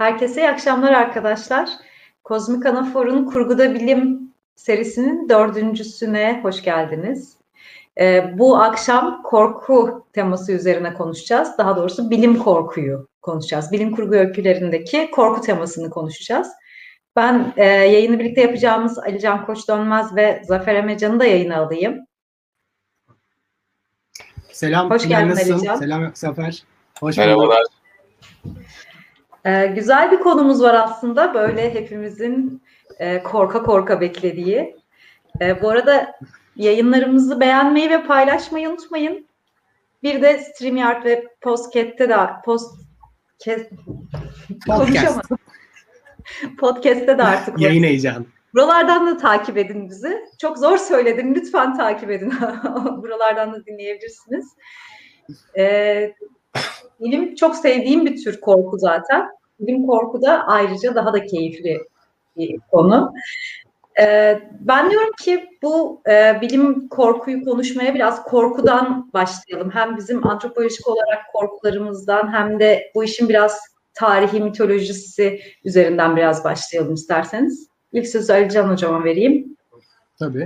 Herkese iyi akşamlar arkadaşlar. Kozmik Anafor'un Kurguda Bilim serisinin dördüncüsüne hoş geldiniz. Bu akşam korku teması üzerine konuşacağız. Daha doğrusu bilim korkuyu konuşacağız. Bilim kurgu öykülerindeki korku temasını konuşacağız. Ben yayını birlikte yapacağımız Alican Koç Dönmez ve Zafer Emecan'ı da yayına alayım. Selam. Hoş geldin Alican. Selam Zafer. Hoş Merhabalar. Güzel bir konumuz var aslında. Böyle hepimizin korka korka beklediği. Bu arada yayınlarımızı beğenmeyi ve paylaşmayı unutmayın. Bir de StreamYard ve Podcast'te de Podcast'te de artık yayın heyecanı. Buralardan da takip edin bizi. Çok zor söyledim. Lütfen takip edin. Buralardan da dinleyebilirsiniz. Benim çok sevdiğim bir tür korku zaten. Bilim korku da ayrıca daha da keyifli bir konu. Ben diyorum ki bu bilim korkuyu konuşmaya biraz korkudan başlayalım. Hem bizim antropolojik olarak korkularımızdan hem de bu işin biraz tarihi, mitolojisi üzerinden biraz başlayalım isterseniz. İlk sözü Alican Hocam'a vereyim. Tabii.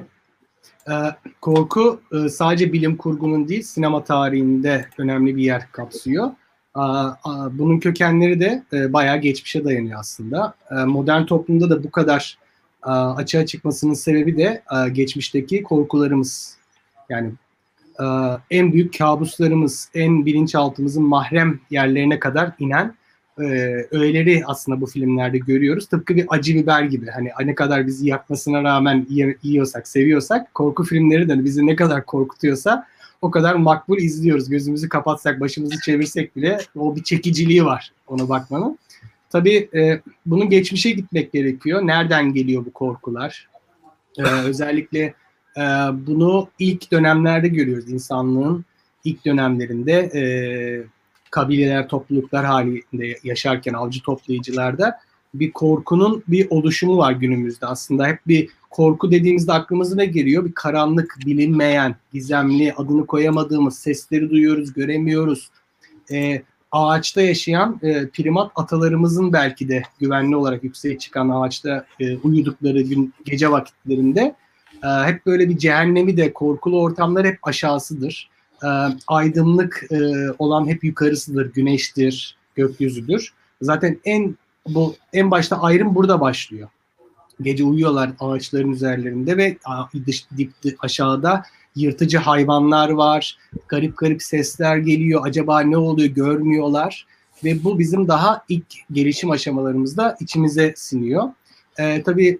Korku sadece bilim kurgunun değil, sinema tarihinde önemli bir yer kapsıyor. Bunun kökenleri de bayağı geçmişe dayanıyor aslında. Modern toplumda da bu kadar açığa çıkmasının sebebi de geçmişteki korkularımız. Yani en büyük kabuslarımız, en bilinçaltımızın mahrem yerlerine kadar inen öğeleri aslında bu filmlerde görüyoruz. Tıpkı bir acı biber gibi. Hani ne kadar bizi yakmasına rağmen yiyorsak, seviyorsak, korku filmleri de bizi ne kadar korkutuyorsa o kadar makbul izliyoruz. Gözümüzü kapatsak, başımızı çevirsek bile o bir çekiciliği var ona bakmanın. Tabii bunun geçmişe gitmek gerekiyor. Nereden geliyor bu korkular? Özellikle bunu ilk dönemlerde görüyoruz. İnsanlığın ilk dönemlerinde kabileler, topluluklar halinde yaşarken avcı toplayıcılarda bir korkunun bir oluşumu var günümüzde. Aslında hep bir korku dediğimizde aklımıza ne geliyor? Bir karanlık, bilinmeyen, gizemli, adını koyamadığımız sesleri duyuyoruz, göremiyoruz. Ağaçta yaşayan primat atalarımızın belki de güvenli olarak yükseğe çıkan ağaçta uyudukları gece vakitlerinde hep böyle bir cehennemi de korkulu ortamlar hep aşağısıdır. Aydınlık olan hep yukarısıdır, güneştir, gökyüzüdür. Zaten en başta ayrım burada başlıyor. Gece uyuyorlar ağaçların üzerlerinde ve aşağıda yırtıcı hayvanlar var, garip garip sesler geliyor, acaba ne oluyor görmüyorlar ve bu bizim daha ilk gelişim aşamalarımızda içimize siniyor. Tabii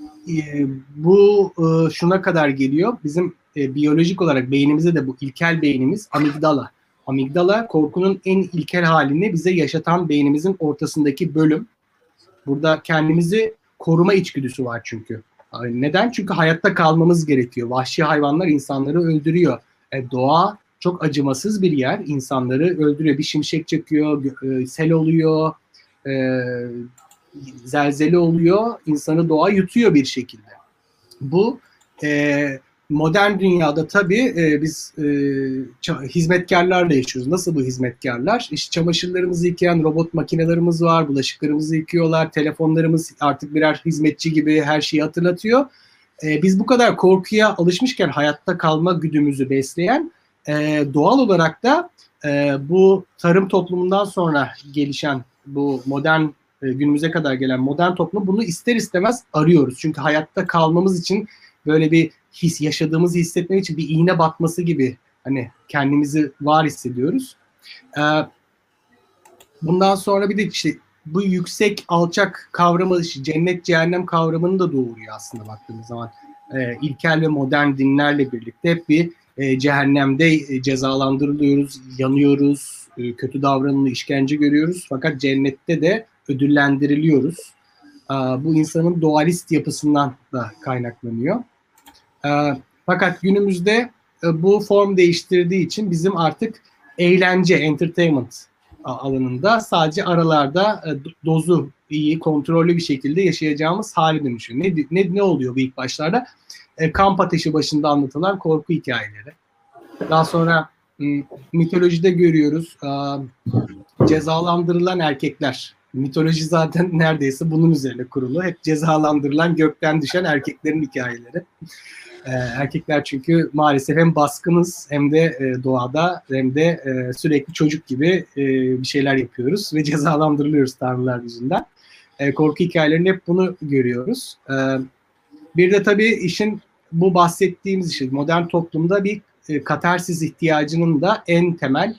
bu şuna kadar geliyor, bizim biyolojik olarak beynimizde de bu ilkel beynimiz amigdala. Amigdala korkunun en ilkel halini bize yaşatan beynimizin ortasındaki bölüm. Burada kendimizi koruma içgüdüsü var çünkü. Neden? Çünkü hayatta kalmamız gerekiyor. Vahşi hayvanlar insanları öldürüyor. Doğa çok acımasız bir yer. İnsanları öldürüyor. Bir şimşek çakıyor, sel oluyor, zelzele oluyor. İnsanı doğa yutuyor bir şekilde. Bu modern dünyada tabii biz hizmetkarlarla yaşıyoruz. Nasıl bu hizmetkarlar? İşte çamaşırlarımızı yıkayan robot makinelerimiz var, bulaşıklarımızı yıkıyorlar, telefonlarımız artık birer hizmetçi gibi her şeyi hatırlatıyor. Biz bu kadar korkuya alışmışken hayatta kalma güdümüzü besleyen doğal olarak da bu tarım toplumundan sonra gelişen bu modern günümüze kadar gelen modern toplum bunu ister istemez arıyoruz. Çünkü hayatta kalmamız için böyle bir yaşadığımızı hissetmek için bir iğne batması gibi hani kendimizi var hissediyoruz. Bundan sonra bir de işte bu yüksek alçak kavramı, cennet cehennem kavramını da doğuruyor aslında baktığımız zaman. İlkel ve modern dinlerle birlikte hep bir cehennemde cezalandırılıyoruz, yanıyoruz, kötü davranımlı işkence görüyoruz. Fakat cennette de ödüllendiriliyoruz. Bu insanın doğalist yapısından da kaynaklanıyor. Fakat günümüzde bu form değiştirdiği için bizim artık eğlence, entertainment alanında sadece aralarda dozu iyi, kontrollü bir şekilde yaşayacağımız hale dönüşüyor. Ne oluyor bu ilk başlarda? Kamp ateşi başında anlatılan korku hikayeleri. Daha sonra mitolojide görüyoruz cezalandırılan erkekler. Mitoloji zaten neredeyse bunun üzerine kurulu. Hep cezalandırılan, gökten düşen erkeklerin hikayeleri. Erkekler çünkü maalesef hem baskınız hem de doğada hem de sürekli çocuk gibi bir şeyler yapıyoruz ve cezalandırılıyoruz tanrılar yüzünden. Korku hikayelerinde hep bunu görüyoruz. Bir de tabii işin bu bahsettiğimiz işte modern toplumda bir katarsis ihtiyacının da en temel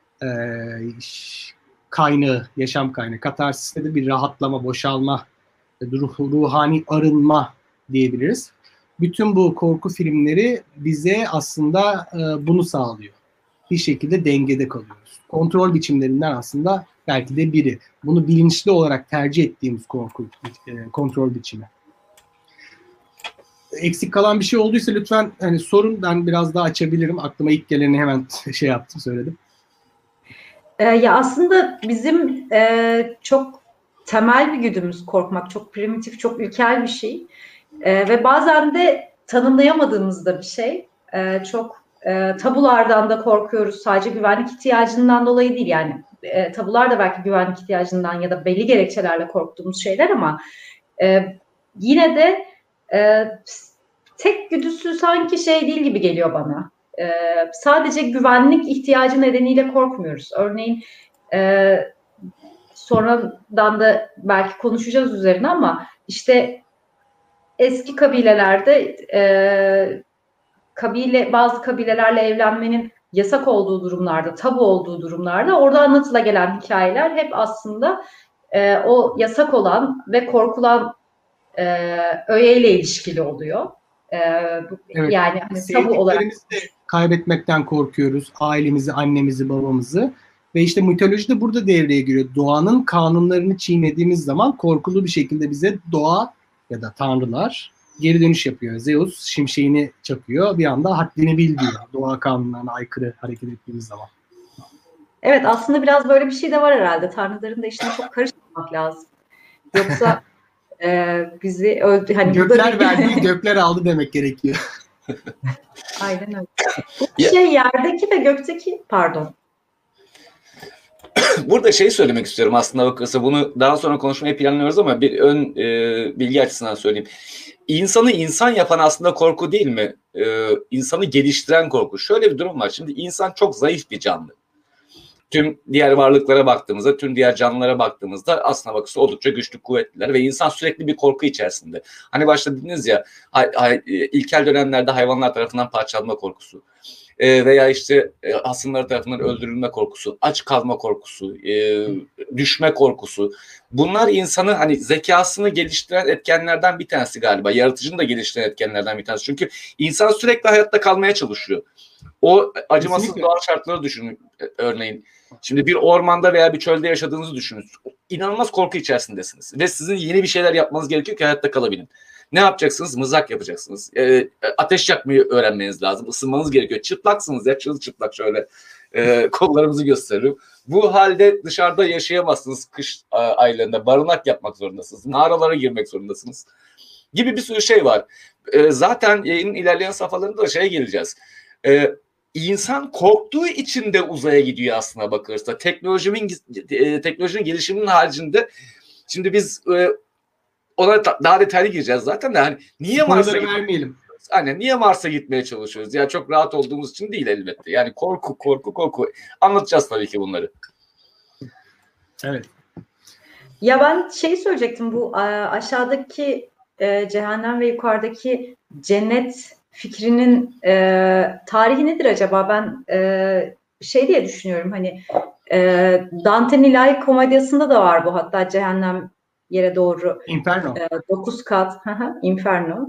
kaynağı, yaşam kaynağı. Katarsiste de bir rahatlama, boşalma, ruhani arınma diyebiliriz. Bütün bu korku filmleri bize aslında bunu sağlıyor. Bir şekilde dengede kalıyoruz. Kontrol biçimlerinden aslında belki de biri. Bunu bilinçli olarak tercih ettiğimiz kontrol biçimi. Eksik kalan bir şey olduysa lütfen hani sorun, ben biraz daha açabilirim. Aklıma ilk geleni hemen söyledim. Ya aslında bizim çok temel bir güdümüz korkmak, çok primitif, çok ilkel bir şey. Ve bazen de tanımlayamadığımız da bir şey. Çok tabulardan da korkuyoruz. Sadece güvenlik ihtiyacından dolayı değil. Yani tabular da belki güvenlik ihtiyacından ya da belli gerekçelerle korktuğumuz şeyler ama yine de tek güdüsü sanki şey değil gibi geliyor bana. Sadece güvenlik ihtiyacı nedeniyle korkmuyoruz. Örneğin sonradan da belki konuşacağız üzerine ama işte eski kabilelerde bazı kabilelerle evlenmenin yasak olduğu durumlarda, tabu olduğu durumlarda orada anlatıla gelen hikayeler hep aslında o yasak olan ve korkulan öğeyle ilişkili oluyor. Evet. Yani hani tabu olarak. De kaybetmekten korkuyoruz. Ailemizi, annemizi, babamızı. Ve işte mitoloji de burada devreye giriyor. Doğanın kanunlarını çiğnediğimiz zaman korkulu bir şekilde bize doğa ya da tanrılar geri dönüş yapıyor. Zeus şimşeğini çakıyor. Bir anda haddini bil diyor. Doğa kanunlarına aykırı hareket ettiğimiz zaman. Evet, aslında biraz böyle bir şey de var herhalde. Tanrıların da işine çok karışmamak lazım. Yoksa bizi öldü. Hani gökler verdi, gökler aldı demek gerekiyor. Aynen öyle. Bu yerdeki ve gökteki, pardon. Burada söylemek istiyorum aslında bakılırsa. Bunu daha sonra konuşmayı planlıyoruz ama bir ön bilgi açısından söyleyeyim. İnsanı insan yapan aslında korku değil mi? İnsanı geliştiren korku. Şöyle bir durum var. Şimdi insan çok zayıf bir canlı. Tüm diğer varlıklara baktığımızda, tüm diğer canlılara baktığımızda aslına bakılırsa oldukça güçlü, kuvvetliler ve insan sürekli bir korku içerisinde. Hani başta dediniz ya, ilkel dönemlerde hayvanlar tarafından parçalanma korkusu veya işte hasımları tarafından öldürülme korkusu, aç kalma korkusu, düşme korkusu. Bunlar insanı hani zekasını geliştiren etkenlerden bir tanesi galiba. Yaratıcını da geliştiren etkenlerden bir tanesi. Çünkü insan sürekli hayatta kalmaya çalışıyor. O acımasız Kesinlikle. doğal şartları düşünün örneğin. Şimdi bir ormanda veya bir çölde yaşadığınızı düşünün. İnanılmaz korku içerisindesiniz. Ve sizin yeni bir şeyler yapmanız gerekiyor ki hayatta kalabilin. Ne yapacaksınız? Mızrak yapacaksınız. Ateş yakmayı öğrenmeniz lazım. Isınmanız gerekiyor. Çıplaksınız ya, çıplak şöyle kollarımızı gösteriyorum. Bu halde dışarıda yaşayamazsınız kış aylarında. Barınak yapmak zorundasınız. Mağaralara girmek zorundasınız. Gibi bir sürü şey var. Zaten yayının ilerleyen safhalarında da geleceğiz. İnsan korktuğu için de uzaya gidiyor aslına bakılırsa. Teknolojinin gelişiminin haricinde şimdi biz ona daha detaylı gireceğiz zaten de hani niye Mars'a vermeyelim. Hani niye Mars'a gitmeye çalışıyoruz? Ya çok rahat olduğumuz için değil elbette. Yani korku. Anlatacağız tabii ki bunları. Evet. Ya ben söyleyecektim, bu aşağıdaki cehennem ve yukarıdaki cennet fikrinin tarihi nedir acaba? Ben diye düşünüyorum, hani Dante'nin İlahi Komedyası'nda da var bu, hatta cehennem yere doğru. Inferno. 9 kat. Inferno.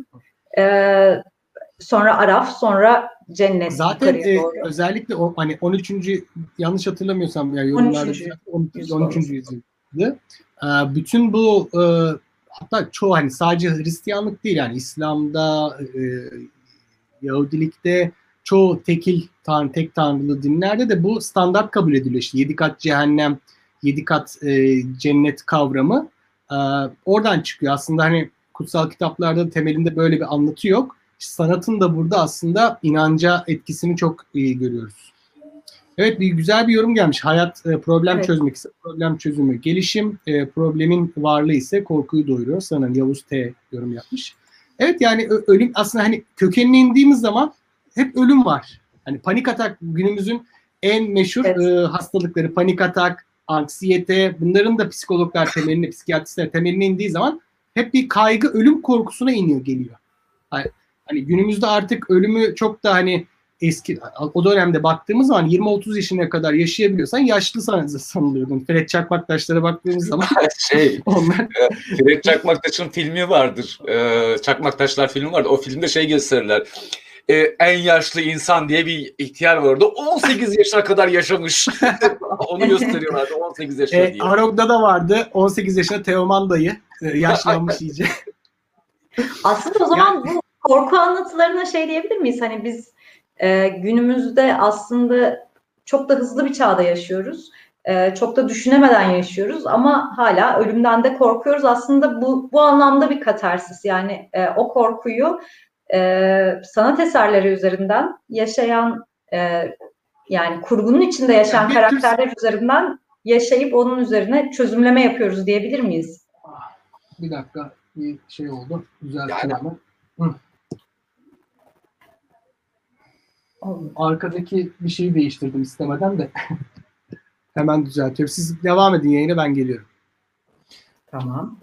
Sonra Araf, sonra cennet. Zaten özellikle o hani 13. yanlış hatırlamıyorsam ya yorumlarda 13. yüzyıldı. Bütün bu hatta çoğu hani sadece Hristiyanlık değil yani İslam'da, Yahudilikte çoğu tek tanrılı dinlerde de bu standart kabul ediliyor. İşte 7 kat cehennem, 7 kat cennet kavramı oradan çıkıyor. Aslında hani kutsal kitaplarda temelinde böyle bir anlatı yok. Sanatın da burada aslında inanca etkisini çok iyi görüyoruz. Evet, bir güzel bir yorum gelmiş. Hayat problem Evet. çözmek ise problem çözümü. Gelişim problemin varlığı ise korkuyu doyuruyor. Sanırım Yavuz T yorum yapmış. Evet, yani ölüm aslında hani kökenine indiğimiz zaman hep ölüm var. Hani panik atak günümüzün en meşhur Evet. hastalıkları. Panik atak, anksiyete, bunların da psikologlar temeline, psikiyatristler temeline indiği zaman hep bir kaygı, ölüm korkusuna geliyor. Hani günümüzde artık ölümü çok da hani eski o dönemde baktığımız zaman 20-30 yaşına kadar yaşayabiliyorsan yaşlı sanılıyordun. Fred Çakmaktaşlara baktığımız zaman onlar Fred Çakmaktaş'ın filmi vardır. Çakmaktaşlar filmi vardı. O filmde şey gösterirler. En yaşlı insan diye bir ihtiyar vardı. 18 yaşına kadar yaşamış. Onu gösteriyorlardı 18 yaşında diye. Arog'da da vardı 18 yaşında Teoman dayı. Yaşlanmış iyice. Aslında o zaman bu korku anlatılarına şey diyebilir miyiz? Hani biz günümüzde aslında çok da hızlı bir çağda yaşıyoruz. Çok da düşünemeden yaşıyoruz ama hala ölümden de korkuyoruz. Aslında bu anlamda bir katarsis. Yani o korkuyu sanat eserleri üzerinden yaşayan yani kurgunun içinde yaşayan karakterler üzerinden yaşayıp onun üzerine çözümleme yapıyoruz diyebilir miyiz? Bir dakika, bir şey oldu. Yani. Arkadaki bir şeyi değiştirdim istemeden de. Hemen düzeltiyorum. Siz devam edin yayına, ben geliyorum. Tamam.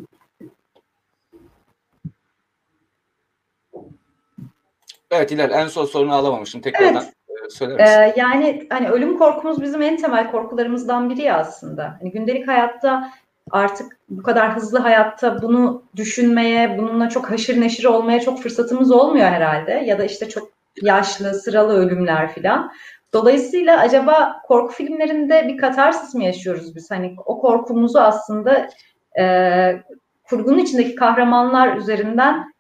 Evet Hilal, en son sorunu alamamışım. Tekrardan söyler misin? Yani hani ölüm korkumuz bizim en temel korkularımızdan biri ya aslında. Hani gündelik hayatta artık bu kadar hızlı hayatta bunu düşünmeye, bununla çok haşır neşir olmaya çok fırsatımız olmuyor herhalde. Ya da işte çok yaşlı, sıralı ölümler filan. Dolayısıyla acaba korku filmlerinde bir katarsis mi yaşıyoruz biz? Hani o korkumuzu aslında kurgunun içindeki kahramanlar üzerinden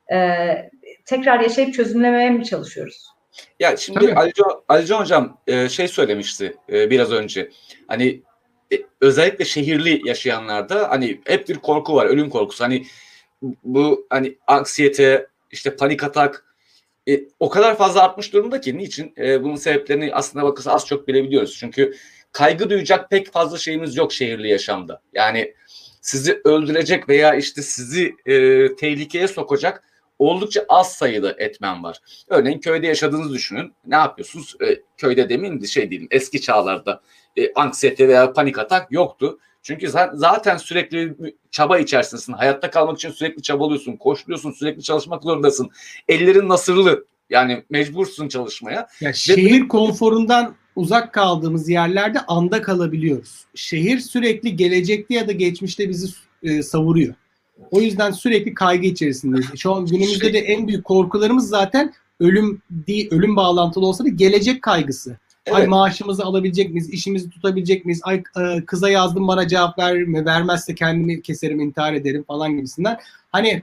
tekrar yaşayıp çözümlemeye mi çalışıyoruz? Ya şimdi Alican Hocam şey söylemişti biraz önce. Hani özellikle şehirli yaşayanlarda hani hep bir korku var, ölüm korkusu. Hani bu hani anksiyete, işte panik atak o kadar fazla artmış durumda ki niçin? Bunun sebeplerini aslında bakırsa az çok bilebiliyoruz. Çünkü kaygı duyacak pek fazla şeyimiz yok şehirli yaşamda. Yani sizi öldürecek veya işte sizi tehlikeye sokacak oldukça az sayıda etmen var. Örneğin köyde yaşadığınızı düşünün. Ne yapıyorsunuz? Köyde demin şey diyelim eski çağlarda anksiyete veya panik atak yoktu. Çünkü zaten sürekli bir çaba içerisindesin. Hayatta kalmak için sürekli çabalıyorsun, koşuyorsun, sürekli çalışmak zorundasın. Ellerin nasırlı. Yani mecbursun çalışmaya. Ya şehir konforundan uzak kaldığımız yerlerde anda kalabiliyoruz. Şehir sürekli gelecekte ya da geçmişte bizi savuruyor. O yüzden sürekli kaygı içerisindeyiz. Şu an günümüzde de en büyük korkularımız zaten ölüm değil, ölüm bağlantılı olsa da gelecek kaygısı. Evet. Ay maaşımızı alabilecek miyiz? İşimizi tutabilecek miyiz? Ay kıza yazdım bana cevap vermezse kendimi keserim, intihar ederim falan gibisinden. Hani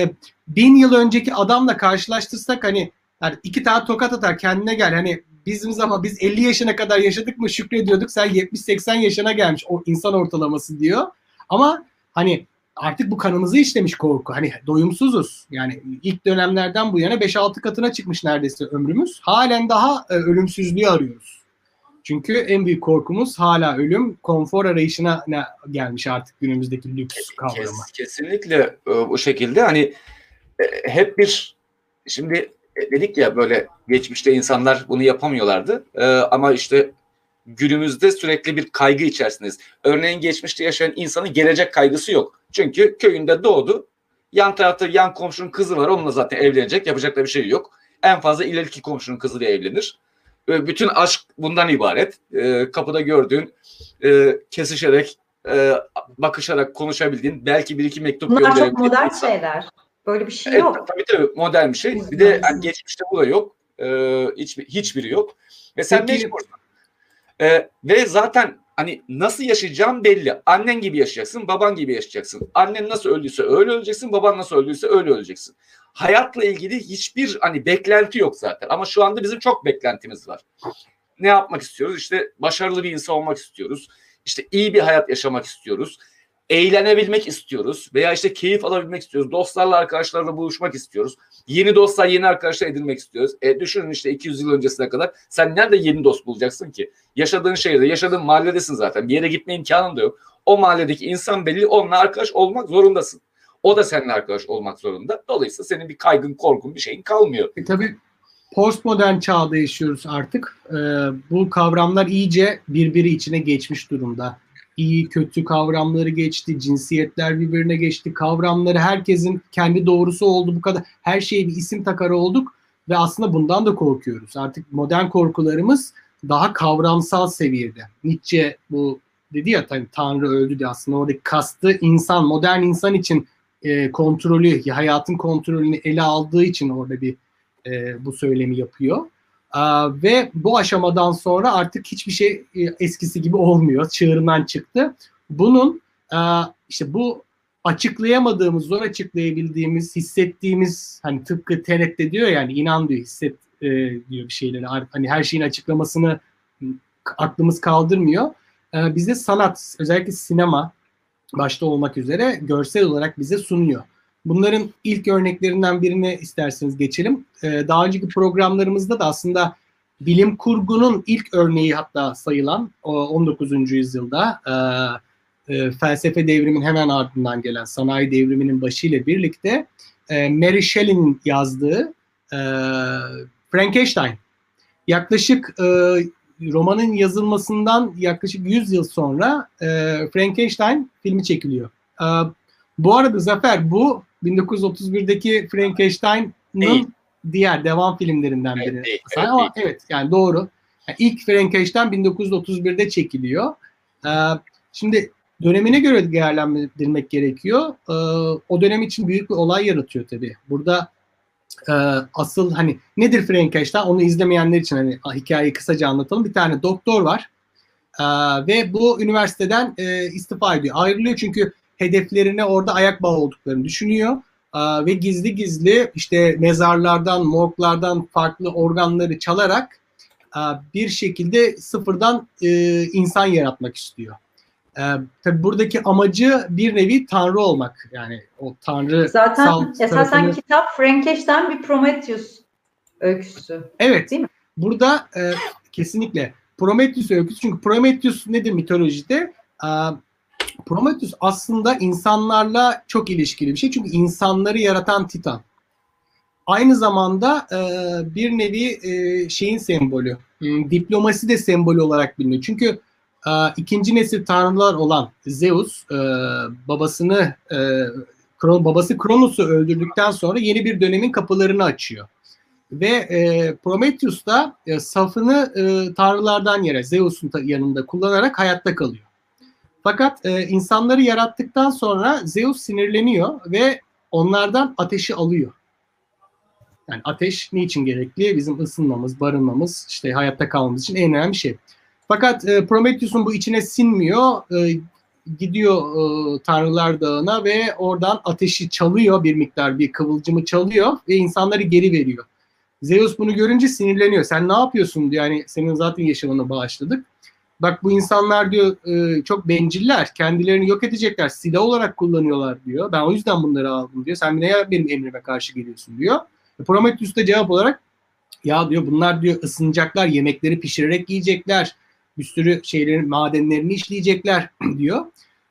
1000 yıl önceki adamla karşılaştırsak hani yani 2 tane tokat atar kendine gel. Hani bizim zaman biz 50 yaşına kadar yaşadık mı şükrediyorduk. Sen 70-80 yaşına gelmiş o insan ortalaması diyor. Ama hani artık bu kanımızı işlemiş korku. Hani doyumsuzuz. Yani ilk dönemlerden bu yana 5-6 katına çıkmış neredeyse ömrümüz. Halen daha ölümsüzlüğü arıyoruz. Çünkü en büyük korkumuz hala ölüm, konfor arayışına gelmiş artık günümüzdeki lüks kavramı. Kesinlikle bu şekilde hani hep bir şimdi dedik ya böyle geçmişte insanlar bunu yapamıyorlardı ama işte günümüzde sürekli bir kaygı içerisindeyiz. Örneğin geçmişte yaşayan insanın gelecek kaygısı yok. Çünkü köyünde doğdu. Yan tarafta yan komşunun kızı var. Onunla zaten evlenecek. Yapacak da bir şey yok. En fazla ileriki komşunun kızıyla evlenir. Bütün aşk bundan ibaret. Kapıda gördüğün, kesişerek, bakışarak konuşabildiğin, belki bir iki mektup gönderebildiğin. Bunlar çok modern insan. Şeyler. Böyle bir şey yok. Tabii modern bir şey. Bir de yani geçmişte bu da yok. Hiçbiri yok. Ve sen mecbursun. Ve zaten hani nasıl yaşayacağın belli. Annen gibi yaşayacaksın, baban gibi yaşayacaksın. Annen nasıl öldüyse öyle öleceksin, baban nasıl öldüyse öyle öleceksin. Hayatla ilgili hiçbir hani beklenti yok zaten. Ama şu anda bizim çok beklentimiz var. Ne yapmak istiyoruz? İşte başarılı bir insan olmak istiyoruz. İşte iyi bir hayat yaşamak istiyoruz. eğlenebilmek istiyoruz veya işte keyif alabilmek istiyoruz. Dostlarla, arkadaşlarla buluşmak istiyoruz. Yeni dostlar, yeni arkadaşlar edinmek istiyoruz. Düşünün işte 200 yıl öncesine kadar sen nerede yeni dost bulacaksın ki? Yaşadığın şehirde, yaşadığın mahalledesin zaten. Bir yere gitme imkanın da yok. O mahalledeki insan belli, onunla arkadaş olmak zorundasın. O da seninle arkadaş olmak zorunda. Dolayısıyla senin bir kaygın, korkun, bir şeyin kalmıyor. Tabii postmodern çağda yaşıyoruz artık. Bu kavramlar iyice birbiri içine geçmiş durumda. İyi, kötü kavramları geçti, cinsiyetler birbirine geçti, kavramları herkesin kendi doğrusu oldu, bu kadar. Her şeye bir isim takar olduk ve aslında bundan da korkuyoruz. Artık modern korkularımız daha kavramsal seviyede. Nietzsche bu dedi ya, Tanrı öldü diye, aslında oradaki kastı insan, modern insan için kontrolü, hayatın kontrolünü ele aldığı için orada bir bu söylemi yapıyor. Ve bu aşamadan sonra artık hiçbir şey eskisi gibi olmuyor. Çığırından çıktı. Bunun işte bu açıklayamadığımız, zor açıklayabildiğimiz, hissettiğimiz, hani tıpkı Tenet'te diyor yani, inan diyor, hisset diyor bir şeyleri. Hani her şeyin açıklamasını aklımız kaldırmıyor. Bize sanat, özellikle sinema başta olmak üzere görsel olarak bize sunuyor. Bunların ilk örneklerinden birine isterseniz geçelim. Daha önceki programlarımızda da aslında bilim kurgunun ilk örneği hatta sayılan 19. yüzyılda felsefe devriminin hemen ardından gelen sanayi devriminin başıyla birlikte Mary Shelley'nin yazdığı Frankenstein. Yaklaşık romanın yazılmasından yaklaşık 100 yıl sonra Frankenstein filmi çekiliyor. Bu arada Zafer, bu 1931'deki Frankenstein'ın diğer devam filmlerinden biri. Evet, yani doğru. Yani ilk Frankenstein 1931'de çekiliyor. Şimdi dönemine göre değerlendirmek gerekiyor. O dönem için büyük bir olay yaratıyor tabii. Burada asıl hani nedir Frankenstein, onu izlemeyenler için hani hikayeyi kısaca anlatalım. Bir tane doktor var ve bu üniversiteden istifa ediyor. Ayrılıyor çünkü hedeflerine orada ayak bağı olduklarını düşünüyor. Ve gizli gizli işte mezarlardan, morglardan farklı organları çalarak bir şekilde sıfırdan insan yaratmak istiyor. Tabii buradaki amacı bir nevi tanrı olmak. Yani o tanrı zaten esasen kitap Frankenstein bir Prometheus öyküsü. Evet. Değil mi? Burada kesinlikle Prometheus öyküsü. Çünkü Prometheus nedir mitolojide? Prometheus aslında insanlarla çok ilişkili bir şey. Çünkü insanları yaratan Titan. Aynı zamanda bir nevi şeyin sembolü. Diplomasi de sembolü olarak biliniyor. Çünkü ikinci nesil tanrılar olan Zeus babası Kronos'u öldürdükten sonra yeni bir dönemin kapılarını açıyor. Ve Prometheus da safını tanrılardan yere, Zeus'un yanında kullanarak hayatta kalıyor. Fakat insanları yarattıktan sonra Zeus sinirleniyor ve onlardan ateşi alıyor. Yani ateş niçin gerekli? Bizim ısınmamız, barınmamız, işte hayatta kalmamız için en önemli şey. Fakat Prometheus'un bu içine sinmiyor. Gidiyor Tanrılar Dağı'na ve oradan ateşi çalıyor, bir miktar bir kıvılcımı çalıyor ve insanları geri veriyor. Zeus bunu görünce sinirleniyor. Sen ne yapıyorsun diyor. Yani senin zaten yaşamını bağışladık. Bak bu insanlar diyor çok benciller. Kendilerini yok edecekler. Silah olarak kullanıyorlar diyor. Ben o yüzden bunları aldım diyor. Sen neye benim emrime karşı geliyorsun diyor. Prometheus da cevap olarak ya diyor bunlar diyor ısınacaklar. Yemekleri pişirerek yiyecekler. Bir sürü şeylerin madenlerini işleyecekler diyor.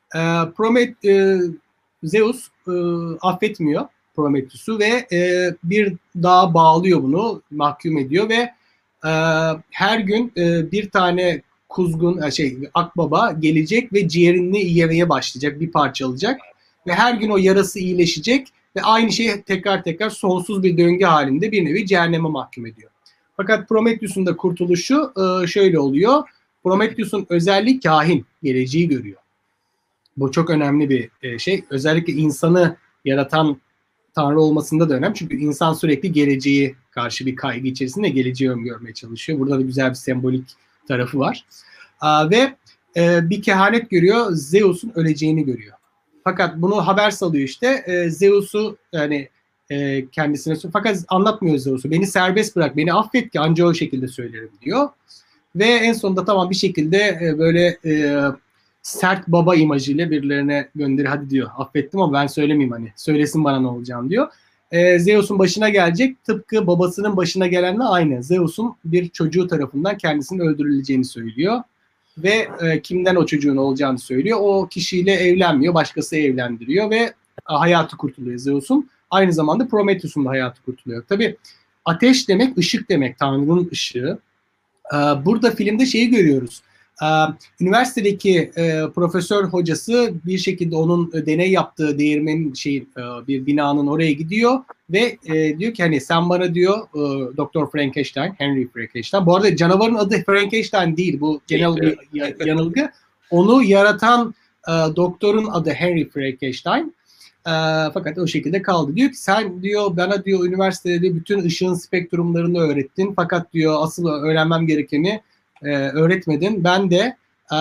Zeus affetmiyor Prometheus'u ve bir dağa bağlıyor bunu. Mahkum ediyor ve her gün bir tane kuzgun akbaba gelecek ve ciğerini yemeye başlayacak, bir parça alacak ve her gün o yarası iyileşecek ve aynı şeyi tekrar tekrar sonsuz bir döngü halinde bir nevi cehenneme mahkum ediyor. Fakat Prometheus'un da kurtuluşu şöyle oluyor. Prometheus'un özelliği kahin, geleceği görüyor. Bu çok önemli bir şey. Özellikle insanı yaratan Tanrı olmasında da önemli. Çünkü insan sürekli geleceği karşı bir kaygı içerisinde geleceği öngörmeye çalışıyor. Burada da güzel bir sembolik tarafı var. Ve bir kehanet görüyor. Zeus'un öleceğini görüyor. Fakat bunu haber salıyor işte. Zeus'u yani kendisine fakat anlatmıyor Zeus'u. Beni serbest bırak, beni affet ki ancak o şekilde söylerim diyor. Ve en sonunda tamam bir şekilde böyle sert baba imajıyla birilerine gönderi hadi diyor. Affettim ama ben söylemeyeyim hani. Söylesin bana ne olacağım diyor. Zeus'un başına gelecek tıpkı babasının başına gelenle aynı. Zeus'un bir çocuğu tarafından kendisinin öldürüleceğini söylüyor. Ve kimden o çocuğun olacağını söylüyor. O kişiyle evlenmiyor. Başkası evlendiriyor ve hayatı kurtuluyor Zeus'un. Aynı zamanda Prometheus'un da hayatı kurtuluyor. Tabii ateş demek ışık demek. Tanrı'nın ışığı. Burada filmde şeyi görüyoruz. Üniversitedeki profesör hocası bir şekilde onun deney yaptığı değirmenin bir binanın oraya gidiyor ve diyor ki hani sen bana diyor Doktor Frankenstein, Henry Frankenstein. Bu arada canavarın adı Frankenstein değil. Bu genel bir yanılgı. Onu yaratan doktorun adı Henry Frankenstein. Fakat o şekilde kaldı. Diyor ki sen diyor bana diyor üniversitede bütün ışığın spektrumlarını öğrettin. Fakat diyor asıl öğrenmem gerekeni öğretmedin. Ben de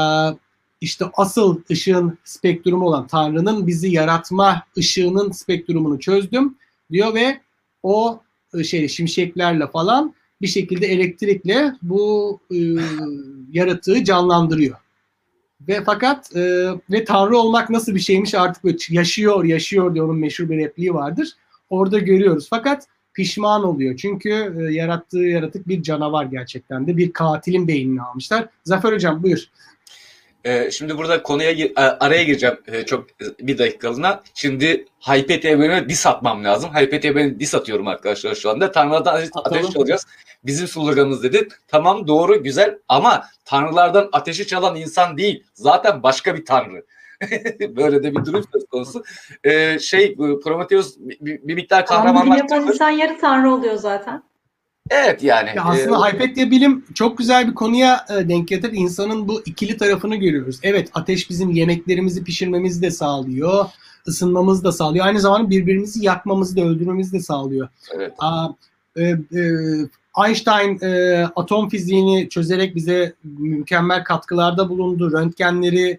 işte asıl ışığın spektrumu olan Tanrı'nın bizi yaratma ışığının spektrumunu çözdüm diyor ve o şimşeklerle falan bir şekilde elektrikle bu yaratığı canlandırıyor. Ve fakat ve Tanrı olmak nasıl bir şeymiş artık böyle yaşıyor diyor, onun meşhur bir repliği vardır. Orada görüyoruz. Fakat pişman oluyor. Çünkü yarattığı yaratık bir canavar gerçekten de. Bir katilin beynini almışlar. Zafer Hocam buyur. Şimdi burada konuya araya gireceğim çok bir dakikalığına. Şimdi HypeTV'ne diss atmam lazım. HypeTV'ne diss atıyorum arkadaşlar şu anda. Tanrılardan ateş çalacağız. Bizim sloganımız dedi. Tamam doğru güzel ama tanrılardan ateşi çalan insan değil. Zaten başka bir tanrı. Böyle de bir durum söz konusu. Prometheus bir miktar kahramanlar. Yapan insan yarı tanrı oluyor zaten. Evet yani. Ya aslında Hypatia bilim çok güzel bir konuya denk getirip insanın bu ikili tarafını görüyoruz. Evet ateş bizim yemeklerimizi pişirmemizi de sağlıyor. Isınmamızı da sağlıyor. Aynı zamanda birbirimizi yakmamızı da öldürmemizi de sağlıyor. Evet. Einstein atom fiziğini çözerek bize mükemmel katkılarda bulundu. Röntgenleri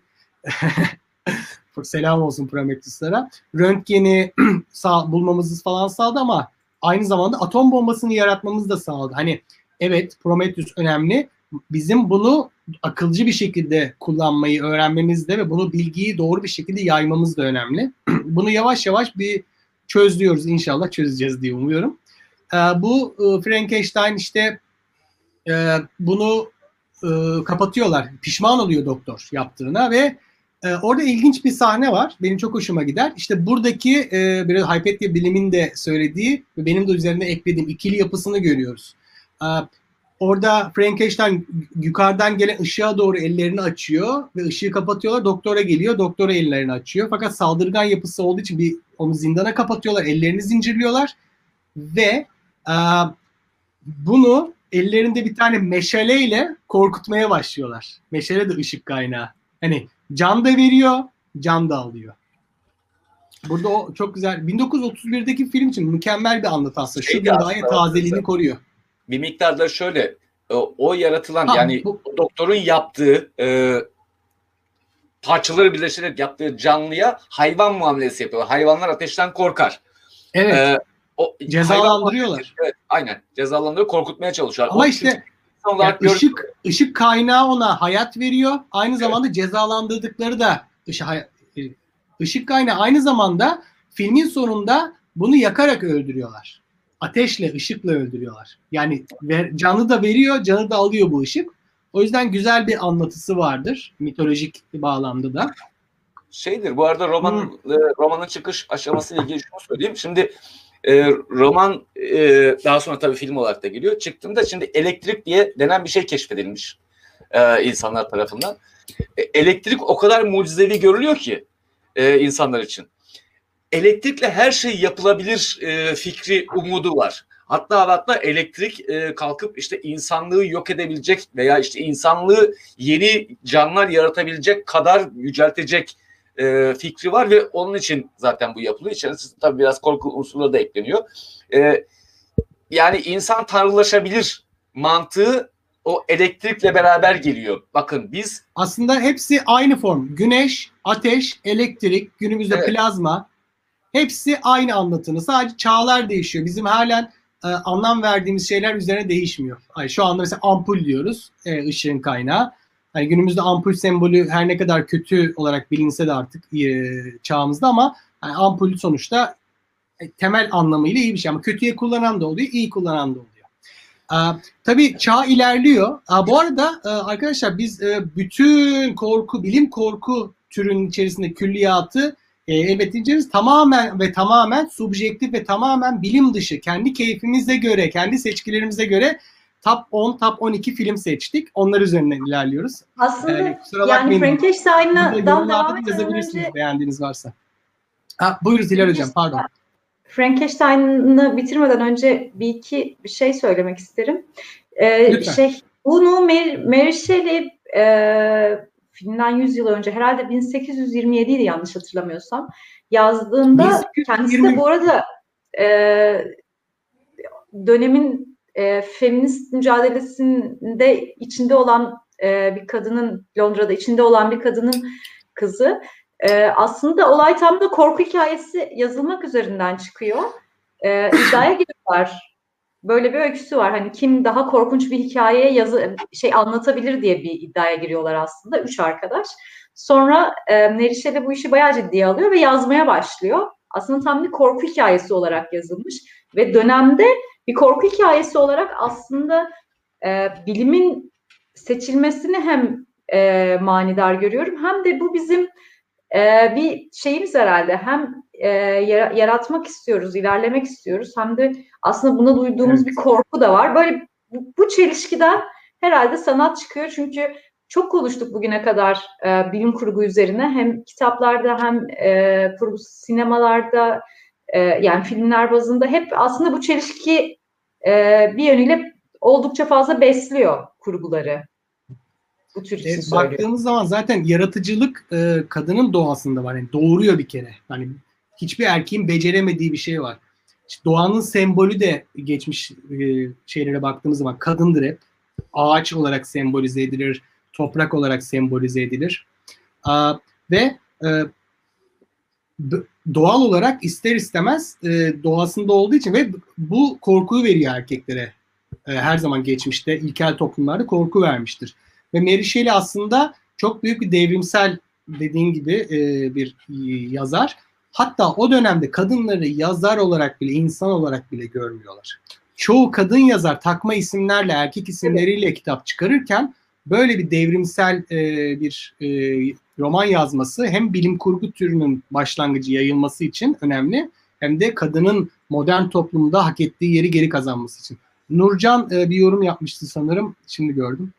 selam olsun Prometheus'lara. Röntgeni bulmamızı falan sağladı ama aynı zamanda atom bombasını yaratmamızı da sağladı. Hani evet Prometheus önemli. Bizim bunu akılcı bir şekilde kullanmayı öğrenmemiz de ve bunu bilgiyi doğru bir şekilde yaymamız da önemli. Bunu yavaş yavaş bir çözüyoruz. İnşallah çözeceğiz diye umuyorum. Bu Frankenstein işte bunu kapatıyorlar. Pişman oluyor doktor yaptığına ve orada ilginç bir sahne var. Benim çok hoşuma gider. İşte buradaki biraz Hypatia bilimin de söylediği ve benim de üzerine eklediğim ikili yapısını görüyoruz. Orada Frankenstein yukarıdan gelen ışığa doğru ellerini açıyor ve ışığı kapatıyorlar. Doktora geliyor. Doktora ellerini açıyor. Fakat saldırgan yapısı olduğu için onu zindana kapatıyorlar. Ellerini zincirliyorlar ve bunu ellerinde bir tane meşaleyle korkutmaya başlıyorlar. Meşale de ışık kaynağı. Hani can da veriyor, can da alıyor. Burada o çok güzel. 1931'deki film için mükemmel bir anlatı aslında. Şu gayet tazeliğini koruyor. Bir miktarda şöyle o yaratılan bu doktorun yaptığı parçaları birleştirerek yaptığı canlıya hayvan muamelesi yapıyor. Hayvanlar ateşten korkar. Evet. Cezalandırıyorlar. Evet, aynen. Cezalandırıyor, korkutmaya çalışıyorlar. Ama işte ışık kaynağı ona hayat veriyor. Aynı zamanda cezalandırdıkları da ışık kaynağı aynı zamanda filmin sonunda bunu yakarak öldürüyorlar. Ateşle, ışıkla öldürüyorlar. Yani canı da veriyor, canı da alıyor bu ışık. O yüzden güzel bir anlatısı vardır. Mitolojik bağlamda da. Bu arada romanın çıkış aşamasıyla ilgili şunu söyleyeyim. Şimdi roman daha sonra tabii film olarak da geliyor. Çıktığında şimdi elektrik diye denen bir şey keşfedilmiş insanlar tarafından. Elektrik o kadar mucizevi görülüyor ki insanlar için. Elektrikle her şey yapılabilir fikri, umudu var. Hatta elektrik kalkıp işte insanlığı yok edebilecek veya işte insanlığı yeni canlılar yaratabilecek kadar yüceltecek fikri var ve onun için zaten bu yapılıyor. İçerisinde tabii biraz korku unsurları da ekleniyor. Yani insan tanrılaşabilir mantığı o elektrikle beraber geliyor. Bakın biz... Aslında hepsi aynı form. Güneş, ateş, elektrik, günümüzde plazma. Hepsi aynı anlatını. Sadece çağlar değişiyor. Bizim halen anlam verdiğimiz şeyler üzerine değişmiyor. Şu anda mesela ampul diyoruz. Işığın kaynağı. hani günümüzde ampul sembolü her ne kadar kötü olarak bilinse de artık çağımızda, ama yani ampul sonuçta temel anlamıyla iyi bir şey, ama kötüye kullanan da oluyor, iyi kullanan da oluyor. Tabii çağ ilerliyor. Bu arada arkadaşlar biz bütün korku, bilim korku türünün içerisinde külliyatı elbette inceleriz. Tamamen subjektif ve tamamen bilim dışı, kendi keyfimize göre, kendi seçkilerimize göre top 10, top 12 film seçtik. Onlar üzerinden ilerliyoruz. Aslında yani Frankenstein'dan devam etmeden önce beğendiğiniz varsa. Buyurun Hilal Hocam, pardon. Frankenstein'ı bitirmeden önce bir iki şey söylemek isterim. Bunu Mary Shelley filmden 100 yıl önce, herhalde 1827 idi yanlış hatırlamıyorsam, yazdığında kendisi de bu arada dönemin feminist mücadelesinde içinde olan bir kadının, Londra'da içinde olan bir kadının kızı. Aslında olay tam da korku hikayesi yazılmak üzerinden çıkıyor. İddiaya giriyorlar. Böyle bir öyküsü var. Hani kim daha korkunç bir hikayeye anlatabilir diye bir iddiaya giriyorlar aslında. 3 arkadaş. Sonra Mary Shelley bu işi bayağı ciddiye alıyor ve yazmaya başlıyor. Aslında tam bir korku hikayesi olarak yazılmış. Ve dönemde bir korku hikayesi olarak aslında bilimin seçilmesini hem manidar görüyorum, hem de bu bizim bir şeyimiz herhalde. Hem yaratmak istiyoruz, ilerlemek istiyoruz, hem de aslında buna duyduğumuz bir korku da var. Böyle bu çelişkiden herhalde sanat çıkıyor. Çünkü çok konuştuk bugüne kadar bilim kurgu üzerine. Hem kitaplarda hem kurgu sinemalarda, yani filmler bazında hep aslında bu çelişki bir yönüyle oldukça fazla besliyor kurguları. Bu tür için baktığımız zaman zaten yaratıcılık kadının doğasında var. Yani doğuruyor bir kere. Yani hiçbir erkeğin beceremediği bir şey var. İşte doğanın sembolü de geçmiş şeylere baktığımız zaman kadındır hep. Ağaç olarak sembolize edilir, toprak olarak sembolize edilir. Ve doğal olarak ister istemez doğasında olduğu için ve bu korkuyu veriyor erkeklere. Her zaman geçmişte ilkel toplumlarda korku vermiştir. Ve Mary Shelley aslında çok büyük bir devrimsel, dediğin gibi bir yazar. Hatta o dönemde kadınları yazar olarak bile, insan olarak bile görmüyorlar. Çoğu kadın yazar takma isimlerle, erkek isimleriyle kitap çıkarırken böyle bir devrimsel bir roman yazması hem bilim kurgu türünün başlangıcı, yayılması için önemli, hem de kadının modern toplumda hak ettiği yeri geri kazanması için. Nurcan bir yorum yapmıştı sanırım, şimdi gördüm.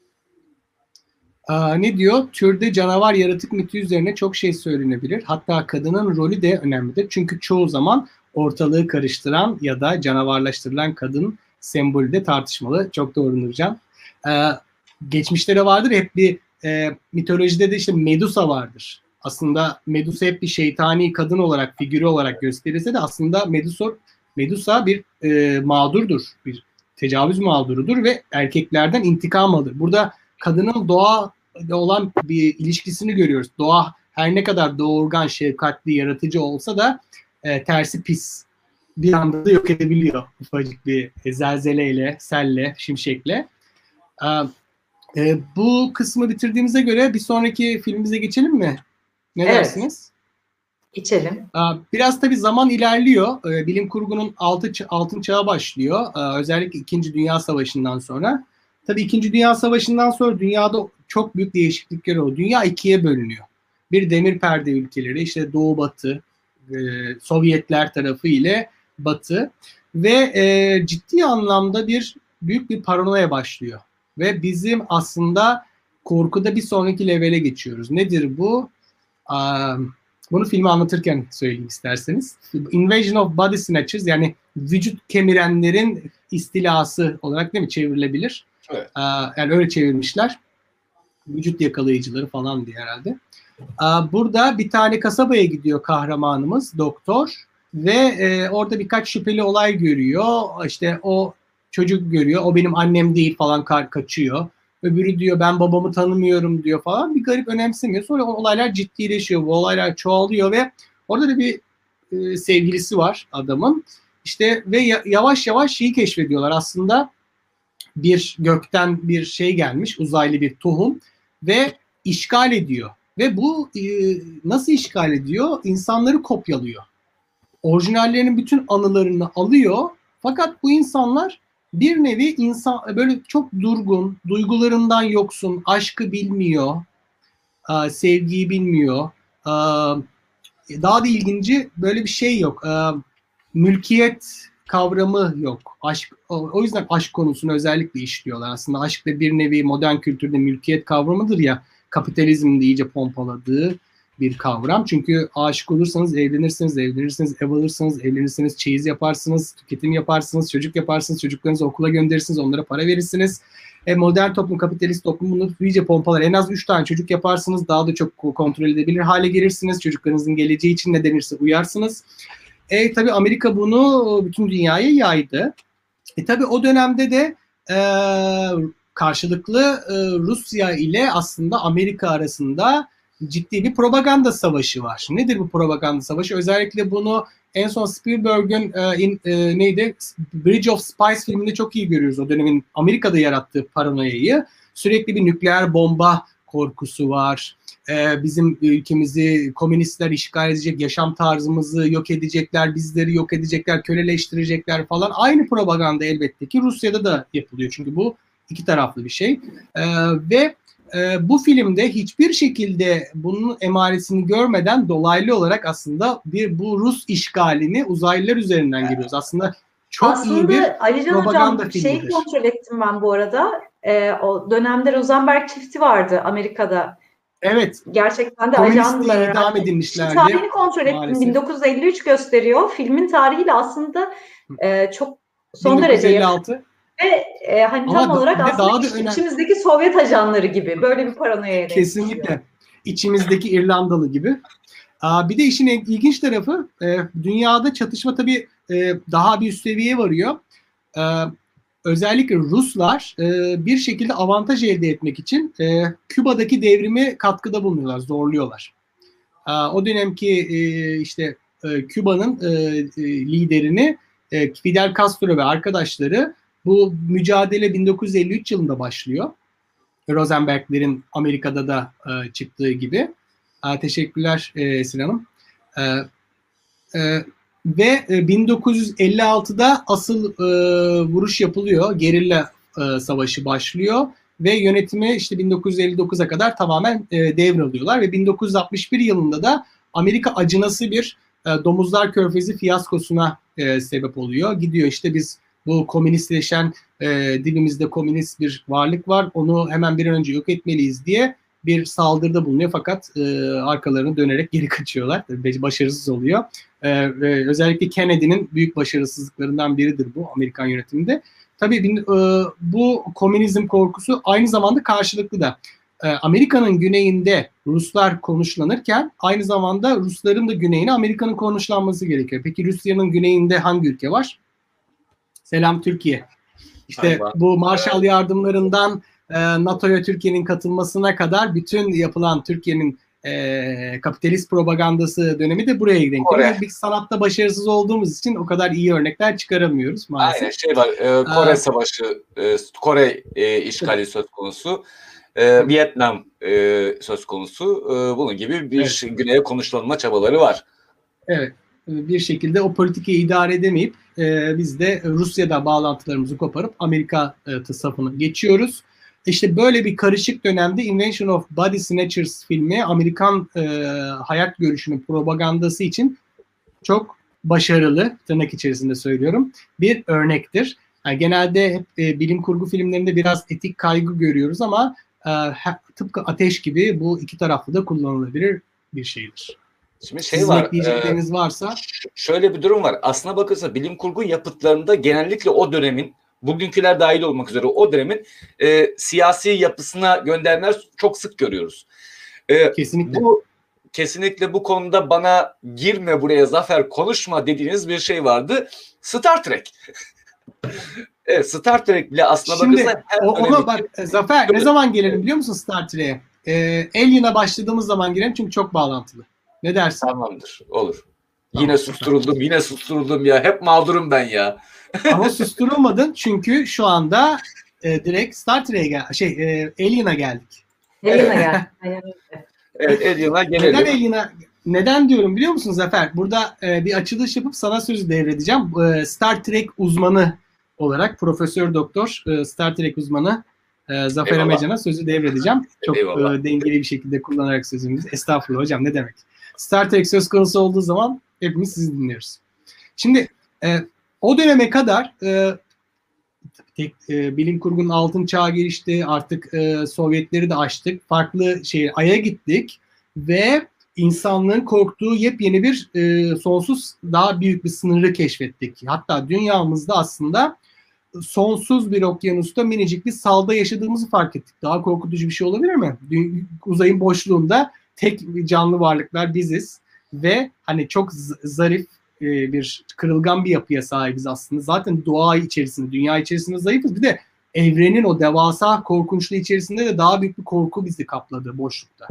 Ne diyor? Türde canavar yaratık miti üzerine çok şey söylenebilir. Hatta kadının rolü de önemlidir. Çünkü çoğu zaman ortalığı karıştıran ya da canavarlaştırılan kadın sembolü de tartışmalı. Çok doğru Nurcan. Geçmişte de vardır hep bir mitolojide de işte Medusa vardır. Aslında Medusa hep bir şeytani kadın olarak, figürü olarak gösterilse de aslında Medusa bir mağdurdur. Bir tecavüz mağdurudur ve erkeklerden intikam alır. Burada kadının doğa olan bir ilişkisini görüyoruz. Doğa her ne kadar doğurgan, şefkatli, yaratıcı olsa da tersi pis. Bir anda da yok edebiliyor. Ufacık bir zelzeleyle, selle, şimşekle. Bu kısmı bitirdiğimize göre bir sonraki filmimize geçelim mi? Ne dersiniz? Geçelim. Biraz tabii zaman ilerliyor. Bilim kurgunun altın çağı başlıyor. Özellikle 2. Dünya Savaşı'ndan sonra. Tabii 2. Dünya Savaşı'ndan sonra dünyada çok büyük değişiklikler oldu. Dünya ikiye bölünüyor. Bir demir perde ülkeleri, işte Doğu Batı, Sovyetler tarafı ile Batı ve ciddi anlamda büyük bir paranoya başlıyor. Ve bizim aslında korkuda bir sonraki levele geçiyoruz. Nedir bu? Bunu filmi anlatırken söyleyeyim isterseniz. Invasion of Body Snatchers, yani vücut kemirenlerin istilası olarak değil mi çevrilebilir? Evet. Yani öyle çevirmişler. Vücut yakalayıcıları falan diye herhalde. Burada bir tane kasabaya gidiyor kahramanımız, doktor. Ve orada birkaç şüpheli olay görüyor. İşte o çocuk görüyor. O benim annem değil falan, kaçıyor. Öbürü diyor ben babamı tanımıyorum diyor falan. Bir garip, önemsemiyor. Sonra olaylar ciddileşiyor. Bu olaylar çoğalıyor ve orada da bir sevgilisi var adamın. İşte ve yavaş yavaş şeyi keşfediyorlar. Aslında bir gökten bir şey gelmiş. Uzaylı bir tohum. ve işgal ediyor. Ve bu nasıl işgal ediyor? İnsanları kopyalıyor. Orijinallerinin bütün anılarını alıyor. Fakat bu insanlar bir nevi insan böyle çok durgun, duygularından yoksun, aşkı bilmiyor, sevgiyi bilmiyor. Daha da ilginci böyle bir şey yok. Mülkiyet kavramı yok. Aşk, o yüzden aşk konusunu özellikle işliyorlar. Aslında aşk da bir nevi modern kültürde mülkiyet kavramıdır ya, kapitalizmin de iyice pompaladığı bir kavram. Çünkü aşık olursanız evlenirsiniz, ev alırsınız, evlenirsiniz, çeyiz yaparsınız, tüketim yaparsınız, çocuk yaparsınız, çocuklarınızı okula gönderirsiniz, onlara para verirsiniz. Modern toplum, kapitalist toplum bunu iyice pompalar. En az 3 tane çocuk yaparsınız, daha da çok kontrol edebilir hale gelirsiniz. Çocuklarınızın geleceği için ne denirse uyarsınız. Tabii Amerika bunu bütün dünyaya yaydı. Tabii o dönemde de karşılıklı Rusya ile aslında Amerika arasında ciddi bir propaganda savaşı var. Nedir bu propaganda savaşı? Özellikle bunu en son Spielberg'ün neydi? Bridge of Spies filminde çok iyi görüyoruz. O dönemin Amerika'da yarattığı paranoyayı. Sürekli bir nükleer bomba korkusu var. Bizim ülkemizi komünistler işgal edecek, yaşam tarzımızı yok edecekler, bizleri yok edecekler, köleleştirecekler falan. Aynı propaganda elbette ki Rusya'da da yapılıyor. Çünkü bu iki taraflı bir şey. Ve bu filmde hiçbir şekilde bunun emaresini görmeden dolaylı olarak aslında bu Rus işgalini uzaylılar üzerinden görüyoruz. Aslında çok iyi bir Alican propaganda hocam, filmidir. şeyi kontrol ettim ben bu arada. O dönemde Rosenberg çifti vardı Amerika'da. Evet. Gerçekten de Komünistliği ajandılar. idam edilmişlerdi. Tarihini kontrol ettim. Maalesef. 1953 gösteriyor. Filmin tarihiyle aslında çok son 1956. derece ve hani tam olarak aslında içimizdeki Sovyet ajanları gibi böyle bir paranoyaya kesinlikle. İçimizdeki İrlandalı gibi. Bir de işin ilginç tarafı dünyada çatışma tabii daha bir üst seviyeye varıyor. Özellikle Ruslar bir şekilde avantaj elde etmek için Küba'daki devrimi katkıda bulunuyorlar, zorluyorlar. O dönemki işte Küba'nın liderini Fidel Castro ve arkadaşları, bu mücadele 1953 yılında başlıyor. Rosenberg'lerin Amerika'da da çıktığı gibi. Teşekkürler Esin Hanım. Ve 1956'da asıl vuruş yapılıyor. Gerilla savaşı başlıyor. Ve yönetimi işte 1959'a kadar tamamen devralıyorlar. Ve 1961 yılında da Amerika acınası bir Domuzlar Körfezi fiyaskosuna sebep oluyor. Gidiyor işte biz bu komünistleşen dibimizde komünist bir varlık var. Onu hemen bir an önce yok etmeliyiz diye bir saldırıda bulunuyor. Fakat arkalarını dönerek geri kaçıyorlar. Başarısız oluyor. Özellikle Kennedy'nin büyük başarısızlıklarından biridir bu Amerikan yönetiminde. Tabii bu komünizm korkusu aynı zamanda karşılıklı da. Amerika'nın güneyinde Ruslar konuşlanırken aynı zamanda Rusların da güneyine Amerika'nın konuşlanması gerekiyor. Peki Rusya'nın güneyinde hangi ülke var? Selam Türkiye. İşte bu Marshall yardımlarından NATO'ya Türkiye'nin katılmasına kadar bütün yapılan Türkiye'nin kapitalist propagandası dönemi de buraya denk geliyor. Biz sanatta başarısız olduğumuz için o kadar iyi örnekler çıkaramıyoruz maalesef. Aynen şey var, Kore Savaşı, Kore işgali söz konusu, Vietnam söz konusu, bunun gibi bir güneye konuşlanma çabaları var. Evet. Bir şekilde o politikayı idare edemeyip biz de Rusya'da bağlantılarımızı koparıp Amerika safına geçiyoruz. İşte böyle bir karışık dönemde Invention of Body Snatchers filmi Amerikan hayat görüşünün propagandası için çok başarılı, tırnak içerisinde söylüyorum, bir örnektir. Yani genelde hep bilim kurgu filmlerinde biraz etik kaygı görüyoruz ama tıpkı ateş gibi bu iki taraflı da kullanılabilir bir şeydir. Şimdi şey var, ekleyecekleriniz varsa. Şöyle bir durum var. Aslına bakılırsa bilim kurgu yapıtlarında genellikle o dönemin, bugünküler dahil olmak üzere o dönemin siyasi yapısına göndermeler çok sık görüyoruz. Kesinlikle. Kesinlikle bu konuda bana girme buraya Zafer, konuşma dediğiniz bir şey vardı. Star Trek. Evet, Star Trek bile aslına bakılırsa... Ona bak Zafer, ne zaman gelelim biliyor musun Star Trek'e? Alien'a başladığımız zaman girelim çünkü çok bağlantılı. Ne dersin? Tamamdır, olur. Yine susturuldum ya. Hep mağdurum ben ya. Ama susturulmadın çünkü şu anda direkt Star Trek'e Alien'a geldik. Alien'a geldik. Aynen öyle. Evet, Alien'a Neden gelelim. Alien'a neden diyorum biliyor musun Zafer? Burada bir açılış yapıp sana sözü devredeceğim. Star Trek uzmanı olarak Profesör Doktor Star Trek uzmanı Zafer Eyvallah. Emecan'a sözü devredeceğim. Çok Eyvallah. dengeli bir şekilde kullanarak sözümüzü. Estağfurullah hocam, ne demek. Star Trek söz konusu olduğu zaman hepimiz sizi dinliyoruz. Şimdi o döneme kadar bilim kurgunun altın çağı gelişti. Artık Sovyetleri de aştık. Farklı Ay'a gittik ve insanlığın korktuğu yepyeni bir sonsuz daha büyük bir sınırı keşfettik. Hatta dünyamızda aslında sonsuz bir okyanusta minicik bir salda yaşadığımızı fark ettik. Daha korkutucu bir şey olabilir mi? Uzayın boşluğunda tek canlı varlıklar biziz ve hani çok zarif bir kırılgan bir yapıya sahibiz aslında. Zaten doğa içerisinde, dünya içerisinde zayıfız. Bir de evrenin o devasa korkunçluğu içerisinde de daha büyük bir korku bizi kapladı boşlukta.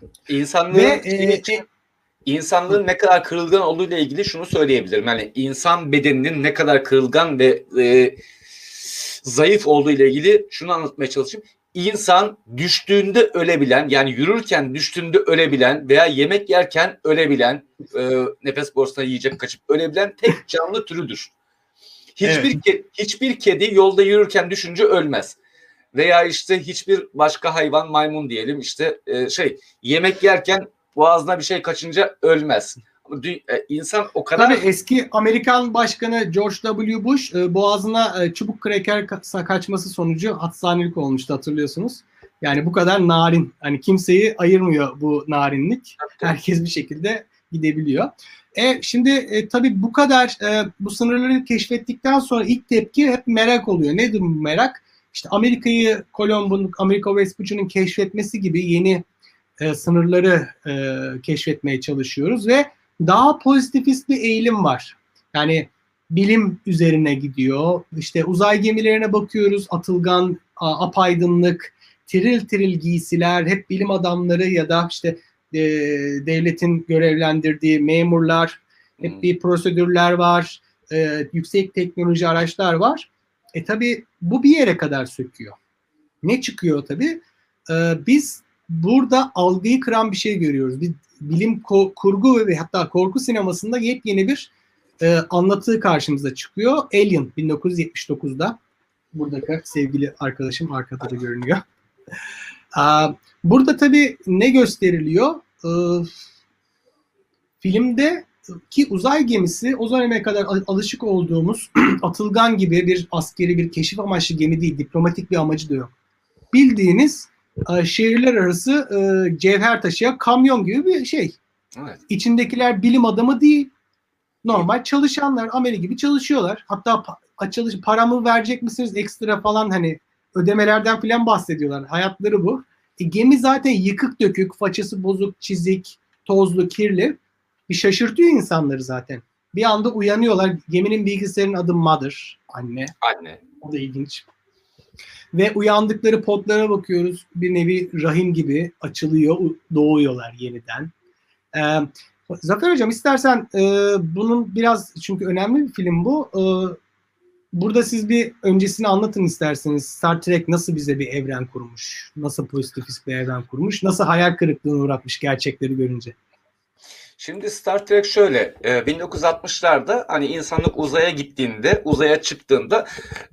İnsanlığın ne kadar kırılgan olduğuyla ilgili şunu söyleyebilirim. Yani insan bedeninin ne kadar kırılgan ve zayıf olduğu ile ilgili şunu anlatmaya çalışayım. İnsan düştüğünde ölebilen, yani yürürken düştüğünde ölebilen veya yemek yerken ölebilen, nefes borusuna yiyecek kaçıp ölebilen tek canlı türüdür. Hiçbir kedi yolda yürürken düşünce ölmez. Veya işte hiçbir başka hayvan, maymun diyelim, işte yemek yerken boğazına bir şey kaçınca ölmez. Ama insan o kadar... Tabii eski Amerikan Başkanı George W. Bush boğazına çubuk kreker kaçması sonucu hastanelik olmuştu, hatırlıyorsunuz. Yani bu kadar narin. Hani kimseyi ayırmıyor bu narinlik. Herkes bir şekilde gidebiliyor. Şimdi tabii bu kadar bu sınırları keşfettikten sonra ilk tepki hep merak oluyor. Nedir bu merak? İşte Amerigo Vespucci'nin keşfetmesi gibi yeni sınırları keşfetmeye çalışıyoruz ve daha pozitivist bir eğilim var. Yani bilim üzerine gidiyor. İşte uzay gemilerine bakıyoruz. Atılgan, apaydınlık, tiril tiril giysiler, hep bilim adamları ya da işte devletin görevlendirdiği memurlar, hep bir prosedürler var. Yüksek teknoloji araçlar var. Tabii bu bir yere kadar söküyor. Ne çıkıyor tabii? Biz burada algıyı kıran bir şey görüyoruz. Bir bilim kurgu ve hatta korku sinemasında yepyeni bir anlatı karşımıza çıkıyor. Alien 1979'da. Buradaki sevgili arkadaşım arkada da görünüyor. Burada tabii ne gösteriliyor? Filmde ki uzay gemisi o zamana kadar alışık olduğumuz Atılgan gibi bir askeri, bir keşif amaçlı gemi değil. Diplomatik bir amacı da yok. Bildiğiniz şehirler arası cevher taşıyan kamyon gibi bir şey. Evet. İçindekiler bilim adamı değil. Normal çalışanlar, ameli gibi çalışıyorlar. Hatta paramı verecek misiniz ekstra falan, hani ödemelerden falan bahsediyorlar. Hayatları bu. Gemi zaten yıkık dökük, façası bozuk, çizik, tozlu, kirli. Bir şaşırtıyor insanları zaten. Bir anda uyanıyorlar. Geminin bilgisayarının adı Mother. Anne. O da ilginç. Ve uyandıkları podlara bakıyoruz. Bir nevi rahim gibi açılıyor, doğuyorlar yeniden. Zafer Hocam, istersen bunun biraz, çünkü önemli bir film bu. Burada siz bir öncesini anlatın isterseniz. Star Trek nasıl bize bir evren kurmuş? Nasıl pozitifist bir evren kurmuş? Nasıl hayal kırıklığına uğratmış gerçekleri görünce? Şimdi Star Trek şöyle, 1960'larda hani insanlık uzaya gittiğinde, uzaya çıktığında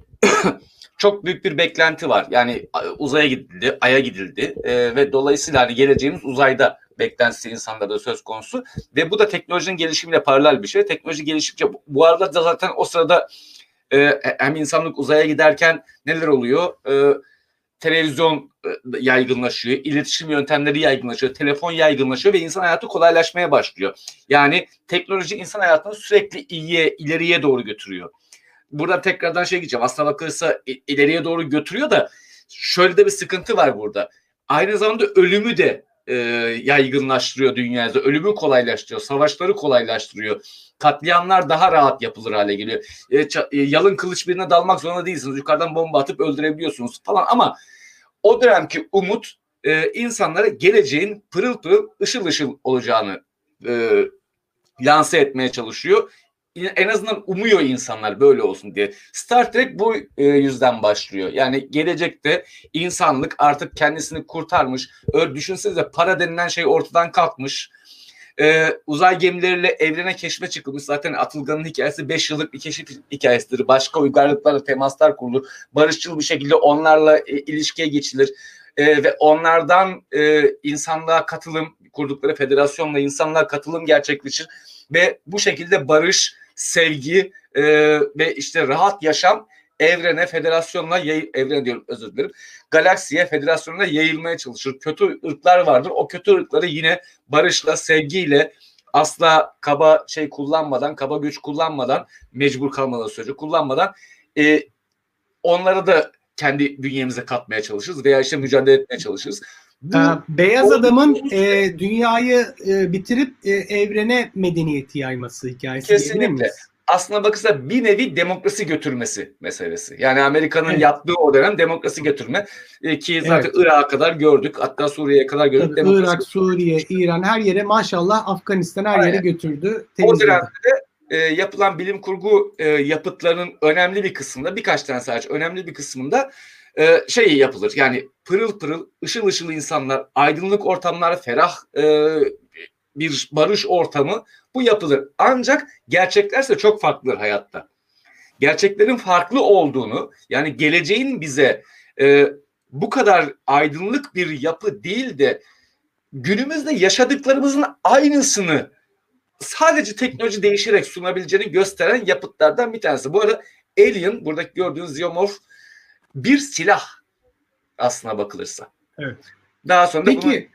çok büyük bir beklenti var. Yani uzaya gidildi, Ay'a gidildi ve dolayısıyla hani geleceğimiz uzayda beklentisi insanlarda söz konusu. Ve bu da teknolojinin gelişimiyle paralel bir şey. Teknoloji geliştikçe, bu arada da zaten o sırada hem insanlık uzaya giderken neler oluyor? Televizyon yaygınlaşıyor, iletişim yöntemleri yaygınlaşıyor, telefon yaygınlaşıyor ve insan hayatı kolaylaşmaya başlıyor. Yani teknoloji insan hayatını sürekli ileriye doğru götürüyor. Burada tekrardan diyeceğim. Aslına bakılırsa ileriye doğru götürüyor da şöyle de bir sıkıntı var burada. Aynı zamanda ölümü de yaygınlaştırıyor dünyada. Ölümü kolaylaştırıyor. Savaşları kolaylaştırıyor. Katliamlar daha rahat yapılır hale geliyor. Yalın kılıç birine dalmak zorunda değilsiniz. Yukarıdan bomba atıp öldürebiliyorsunuz falan, ama o dönemki umut insanlara geleceğin pırıl pırıl, ışıl ışıl olacağını lanse etmeye çalışıyor. en azından umuyor insanlar böyle olsun diye. Star Trek bu yüzden başlıyor. Yani gelecekte insanlık artık kendisini kurtarmış. Öyle düşünsenize, para denilen şey ortadan kalkmış. Uzay gemileriyle evrene keşfe çıkılmış. Zaten Atılgan'ın hikayesi 5 yıllık bir keşif hikayesidir. Başka uygarlıklarla temaslar kurulur. Barışçıl bir şekilde onlarla ilişkiye geçilir. Ve onlardan insanlığa katılım, kurdukları federasyonla insanlığa katılım gerçekleşir. Ve bu şekilde barış, sevgi ve işte rahat yaşam evrene, federasyonla evrene diyorum, özür dilerim. Galaksiye, federasyonla yayılmaya çalışır. Kötü ırklar vardır. O kötü ırkları yine barışla, sevgiyle, asla kaba şey kullanmadan, kaba güç kullanmadan, mecbur kalmadan sürece kullanmadan onları da kendi bünyemize katmaya çalışırız veya işte mücadele etmeye çalışırız. Beyaz adamın dünyayı bitirip evrene medeniyeti yayması hikayesi. Kesinlikle. Aslına bakırsa bir nevi demokrasi götürmesi meselesi. Yani Amerika'nın yaptığı o dönem demokrasi götürme ki zaten Irak'a kadar gördük. Hatta Suriye'ye kadar gördük. Irak, Suriye, İran, her yere, maşallah Afganistan her yere götürdü. O dönemde yapılan bilim kurgu yapıtlarının önemli bir kısmında, birkaç tane sadece önemli bir kısmında şey yapılır. Yani pırıl pırıl, ışıl ışıl insanlar, aydınlık ortamlar, ferah bir barış ortamı, bu yapılır. Ancak gerçeklerse çok farklıdır hayatta. Gerçeklerin farklı olduğunu, yani geleceğin bize bu kadar aydınlık bir yapı değil de günümüzde yaşadıklarımızın aynısını sadece teknoloji değişerek sunabileceğini gösteren yapıtlardan bir tanesi. Bu arada Alien, buradaki gördüğünüz Xenomorph bir silah aslına bakılırsa. Evet. Daha sonra peki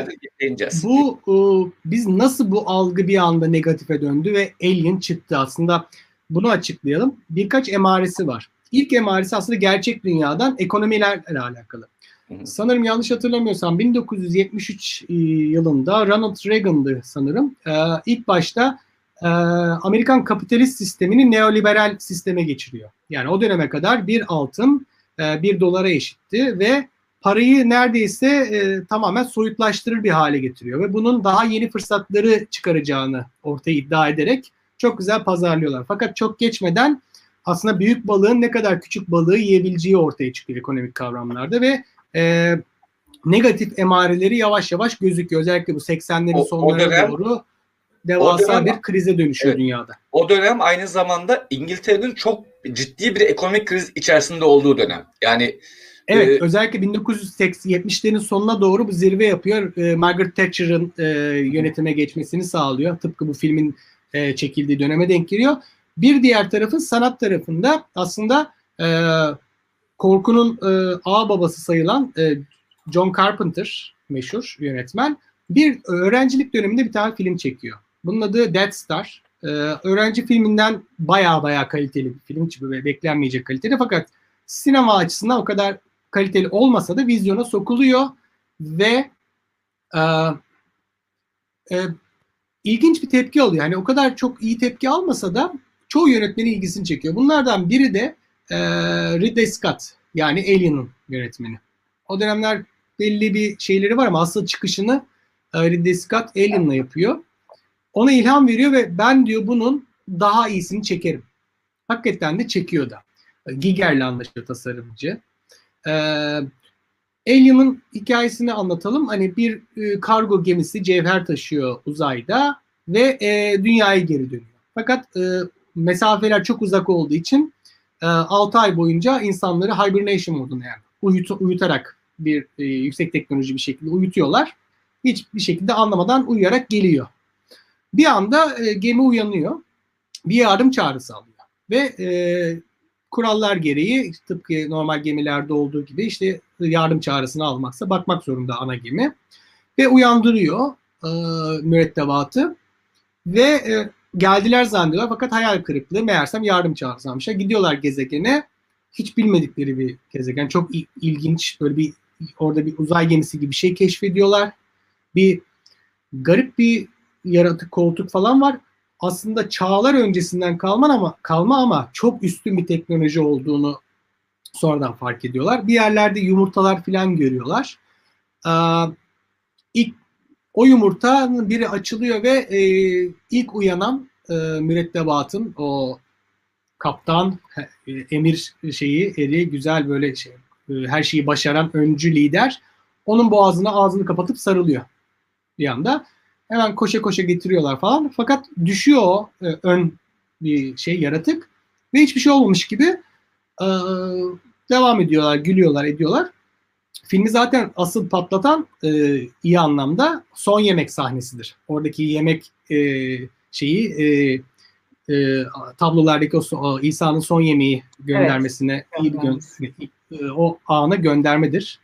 biz nasıl bu algı bir anda negatife döndü ve Alien çıktı aslında, bunu açıklayalım. Birkaç emaresi var. İlk emaresi aslında gerçek dünyadan ekonomilerle alakalı. Sanırım yanlış hatırlamıyorsam 1973 yılında Ronald Reagan'dı sanırım. İlk başta Amerikan kapitalist sistemini neoliberal sisteme geçiriyor. Yani o döneme kadar bir altın $1 eşitti ve parayı neredeyse tamamen soyutlaştırır bir hale getiriyor. Ve bunun daha yeni fırsatları çıkaracağını ortaya iddia ederek çok güzel pazarlıyorlar. Fakat çok geçmeden aslında büyük balığın ne kadar küçük balığı yiyebileceği ortaya çıkıyor ekonomik kavramlarda ve negatif emareleri yavaş yavaş gözüküyor. Özellikle bu 80'lerin sonlarına doğru devasa bir krize dönüşüyor dünyada. O dönem aynı zamanda İngiltere'nin çok ciddi bir ekonomik kriz içerisinde olduğu dönem. Yani evet, özellikle 1970'lerin sonuna doğru bu zirve yapıyor. Margaret Thatcher'ın yönetime geçmesini sağlıyor. Tıpkı bu filmin çekildiği döneme denk geliyor. Bir diğer tarafı, sanat tarafında aslında korkunun ağ babası sayılan John Carpenter, meşhur yönetmen, bir öğrencilik döneminde bir tane film çekiyor. Bunun adı Death Star. Öğrenci filminden bayağı kaliteli bir film, hiç beklenmeyecek kaliteli, fakat sinema açısından o kadar kaliteli olmasa da vizyona sokuluyor ve ilginç bir tepki alıyor. Yani o kadar çok iyi tepki almasa da çoğu yönetmenin ilgisini çekiyor. Bunlardan biri de Ridley Scott, yani Alien'ın yönetmeni. O dönemler belli bir şeyleri var ama asıl çıkışını Ridley Scott Alien'la yapıyor. Ona ilham veriyor ve ben diyor bunun daha iyisini çekerim. Hakikaten de çekiyor da. Giger'le anlaşıyor tasarımcı. Alien'ın hikayesini anlatalım. Hani bir kargo gemisi cevher taşıyor uzayda ve dünyaya geri dönüyor. Fakat mesafeler çok uzak olduğu için 6 ay boyunca insanları hibernation moduna, yani uyutarak bir yüksek teknoloji bir şekilde uyutuyorlar. Hiçbir şekilde anlamadan uyuyarak geliyor. Bir anda gemi uyanıyor. Bir yardım çağrısı alıyor. Ve kurallar gereği tıpkı normal gemilerde olduğu gibi işte yardım çağrısını almaksa bakmak zorunda ana gemi. Ve uyandırıyor mürettebatı. Ve geldiler zannediyorlar fakat hayal kırıklığı, meğersem yardım çağrısı almışlar. Gidiyorlar gezegene. Hiç bilmedikleri bir gezegen. Çok ilginç, böyle bir orada bir uzay gemisi gibi bir şey keşfediyorlar. Bir garip bir yaratık, koltuk falan var. Aslında çağlar öncesinden kalma ama çok üstün bir teknoloji olduğunu sonradan fark ediyorlar. Bir yerlerde yumurtalar falan görüyorlar. İlk o yumurtanın biri açılıyor ve ilk uyanan mürettebatın o kaptan, emir eri güzel böyle her şeyi başaran öncü lider onun boğazına ağzını kapatıp sarılıyor bir anda. Hemen koşa koşa getiriyorlar falan. Fakat düşüyor o ön bir yaratık ve hiçbir şey olmamış gibi e, devam ediyorlar, gülüyorlar, ediyorlar. Filmi zaten asıl patlatan iyi anlamda son yemek sahnesidir. Oradaki yemek şeyi tablolardaki o İsa'nın son yemeği göndermesine o ana göndermedir.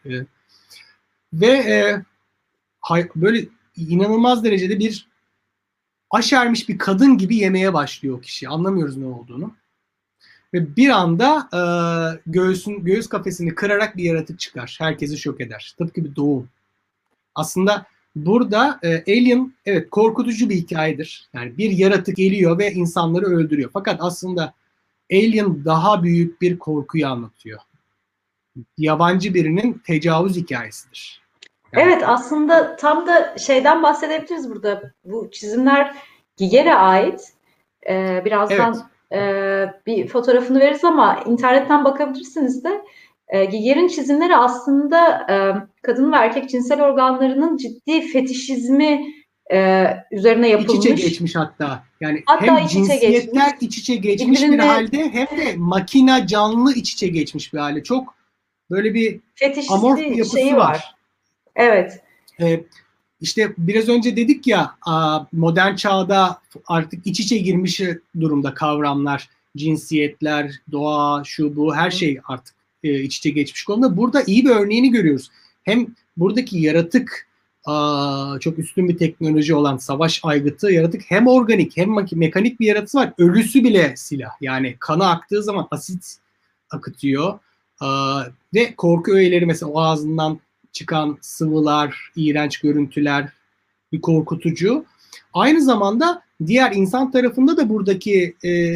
Ve böyle inanılmaz derecede bir aşermiş bir kadın gibi yemeye başlıyor o kişi. Anlamıyoruz ne olduğunu. Ve bir anda göğüs kafesini kırarak bir yaratık çıkar. Herkesi şok eder. Tıpkı bir doğum. Aslında burada Alien evet korkutucu bir hikayedir. Yani bir yaratık geliyor ve insanları öldürüyor. Fakat aslında Alien daha büyük bir korkuyu anlatıyor. Yabancı birinin tecavüz hikayesidir. Yani, evet aslında tam da şeyden bahsedebiliriz burada. Bu çizimler Giger'e ait. Birazdan bir fotoğrafını veririz ama internetten bakabilirsiniz de. Giger'in çizimleri aslında kadın ve erkek cinsel organlarının ciddi fetişizmi üzerine yapılmış. İç içe geçmiş hatta. Yani hatta hem cinsiyetler iç içe geçmiş bir halde hem de makina canlı iç içe geçmiş bir hale. Çok böyle bir amorf bir yapısı var. Evet. İşte biraz önce dedik ya modern çağda artık iç içe girmiş durumda kavramlar, cinsiyetler, doğa, şu bu her şey artık iç içe geçmiş konuda. Burada iyi bir örneğini görüyoruz. Hem buradaki yaratık çok üstün bir teknoloji olan savaş aygıtı yaratık hem organik hem mekanik bir yaratısı var. Ölüsü bile silah. Yani kanı aktığı zaman asit akıtıyor. Ve korku öğeleri mesela o ağzından çıkan sıvılar, iğrenç görüntüler bir korkutucu. Aynı zamanda diğer insan tarafında da buradaki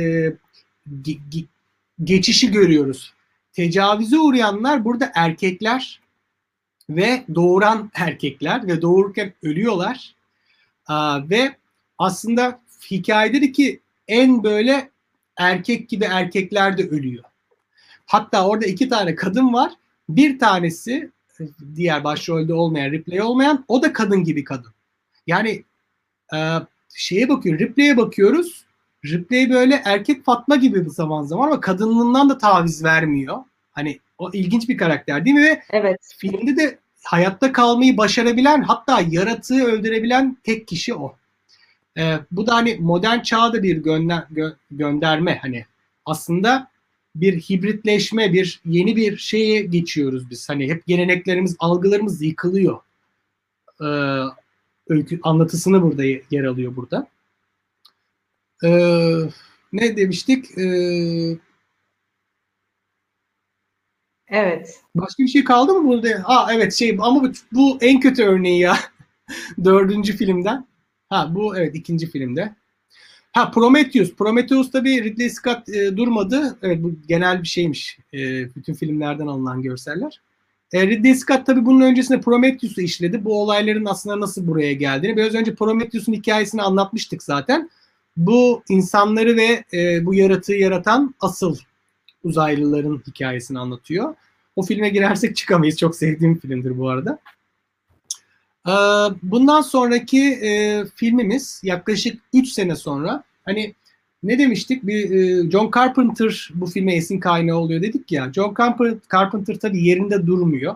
geçişi görüyoruz. Tecavüze uğrayanlar burada erkekler ve doğuran erkekler ve doğururken ölüyorlar. Ve aslında hikayede ki en böyle erkek gibi erkekler de ölüyor. Hatta orada 2 tane kadın var. Bir tanesi diğer başrolde olmayan, Ripley olmayan o da kadın gibi kadın. Yani Ripley'e bakıyoruz. Ripley böyle erkek Fatma gibi zaman zaman ama kadınlığından da taviz vermiyor. Hani o ilginç bir karakter değil mi? Ve evet. Filmde de hayatta kalmayı başarabilen hatta yaratığı öldürebilen tek kişi o. Bu da hani modern çağda bir gönderme hani aslında bir hibritleşme, bir yeni bir şeye geçiyoruz biz. Hani hep geleneklerimiz, algılarımız yıkılıyor. Öykü anlatısını burada yer alıyor burada. Ne demiştik? Evet. Başka bir şey kaldı mı burada? Evet ama bu en kötü örneği ya. 4. filmden. Bu evet 2. filmde. Prometheus. Prometheus tabii Ridley Scott durmadı. Evet bu genel bir şeymiş. Bütün filmlerden alınan görseller. Ridley Scott tabii bunun öncesinde Prometheus'u işledi. Bu olayların aslında nasıl buraya geldiğini. Biraz önce Prometheus'un hikayesini anlatmıştık zaten. Bu insanları ve bu yaratığı yaratan asıl uzaylıların hikayesini anlatıyor. O filme girersek çıkamayız. Çok sevdiğim filmdir bu arada. Bundan sonraki filmimiz yaklaşık 3 sene sonra hani ne demiştik? John Carpenter bu filme esin kaynağı oluyor dedik ya. John Carpenter tabii yerinde durmuyor.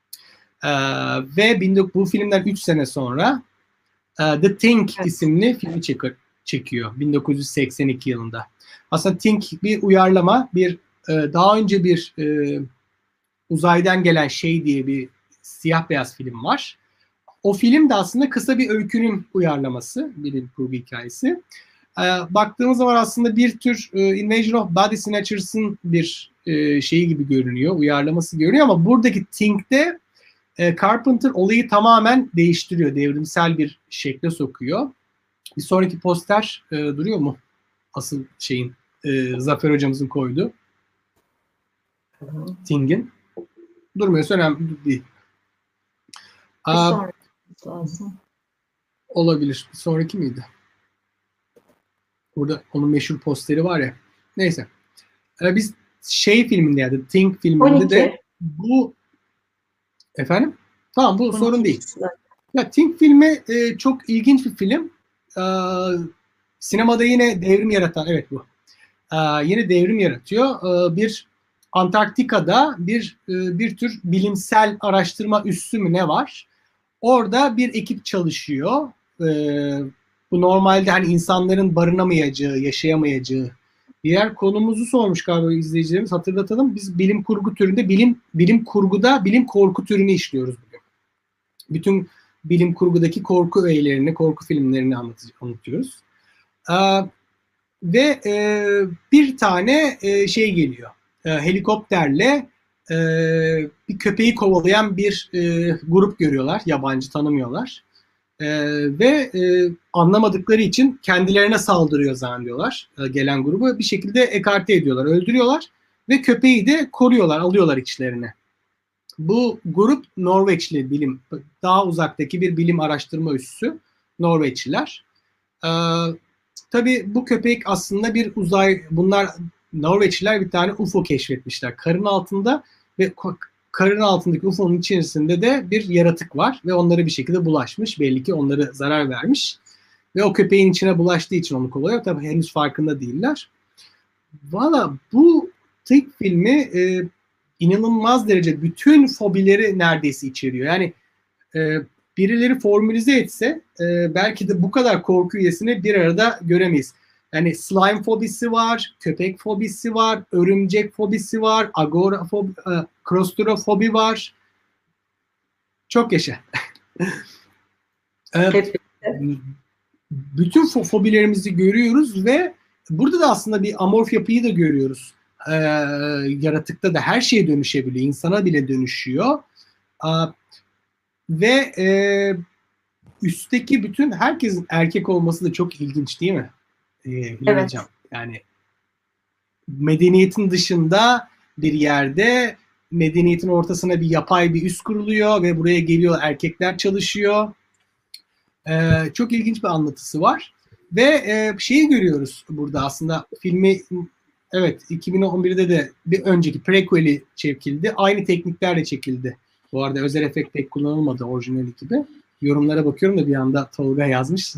Ve bu filmden 3 sene sonra The Thing isimli filmi çekiyor 1982 yılında. Aslında Thing bir uyarlama, daha önce bir uzaydan gelen şey diye bir siyah beyaz film var. O film de aslında kısa bir öykünün uyarlaması, bilim kurgu hikayesi. Baktığımız zaman aslında bir tür Invasion of Body Snatchers'ın bir şeyi gibi görünüyor, uyarlaması görünüyor ama buradaki Thing'de Carpenter olayı tamamen değiştiriyor, devrimsel bir şekle sokuyor. Bir sonraki poster duruyor mu? Asıl şeyin, Zafer hocamızın koyduğu. Thing'in. Durmuyorsa önemli değil. Bir sonraki lazım. Olabilir. Bir sonraki miydi? Burada onun meşhur posteri var ya. Neyse. Biz filminde yani Think filminde 12. de bu efendim? Tamam, bu 12 sorun değil. kişiler. Ya Think filmi çok ilginç bir film. Sinemada yine devrim yaratan, evet bu. Yine devrim yaratıyor. Bir Antarktika'da bir tür bilimsel araştırma üssü mü ne var? Orada bir ekip çalışıyor. Bu normalde hani insanların barınamayacağı, yaşayamayacağı bir yer. Konumuzu sormuş galiba izleyicilerimiz. Hatırlatalım. Biz bilim kurgu türünde bilim kurguda bilim korku türünü işliyoruz bugün. Bütün bilim kurgudaki korku öğelerini, korku filmlerini anlatıyoruz. Ve bir tane şey geliyor. Helikopterle bir köpeği kovalayan bir grup görüyorlar. Yabancı, tanımıyorlar. Ve anlamadıkları için kendilerine saldırıyor zannediyorlar. Gelen grubu bir şekilde ekarte ediyorlar, öldürüyorlar ve köpeği de koruyorlar, alıyorlar içlerine. Bu grup Norveçli daha uzaktaki bir bilim araştırma üssü, Norveçliler. Tabii bu köpek aslında bir bunlar Norveçliler bir tane UFO keşfetmişler karın altında ve karın altındaki UFO'nun içerisinde de bir yaratık var ve onlara bir şekilde bulaşmış. Belli ki onlara zarar vermiş. Ve o köpeğin içine bulaştığı için onu kovalıyor. Tabii henüz farkında değiller. Valla bu Think filmi inanılmaz derece bütün fobileri neredeyse içeriyor. Yani birileri formülize etse belki de bu kadar korku üyesini bir arada göremeyiz. Yani slime fobisi var, köpek fobisi var, örümcek fobisi var, agorafobi, klostrofobi var. Çok yaşa. Bütün fobilerimizi görüyoruz ve burada da aslında bir amorf yapıyı da görüyoruz. Yaratıkta da her şeye dönüşebiliyor. İnsana bile dönüşüyor. Ve üstteki bütün herkesin erkek olması da çok ilginç değil mi? Evet. Hocam. Yani medeniyetin dışında bir yerde medeniyetin ortasına bir yapay bir üs kuruluyor ve buraya geliyor erkekler çalışıyor. Çok ilginç bir anlatısı var. Ve şeyi görüyoruz burada aslında filmi, evet 2011'de de bir önceki prequel'i çekildi. Aynı tekniklerle çekildi. Bu arada özel efekt pek kullanılmadı orijinali gibi. Yorumlara bakıyorum da bir anda Tolga yazmış.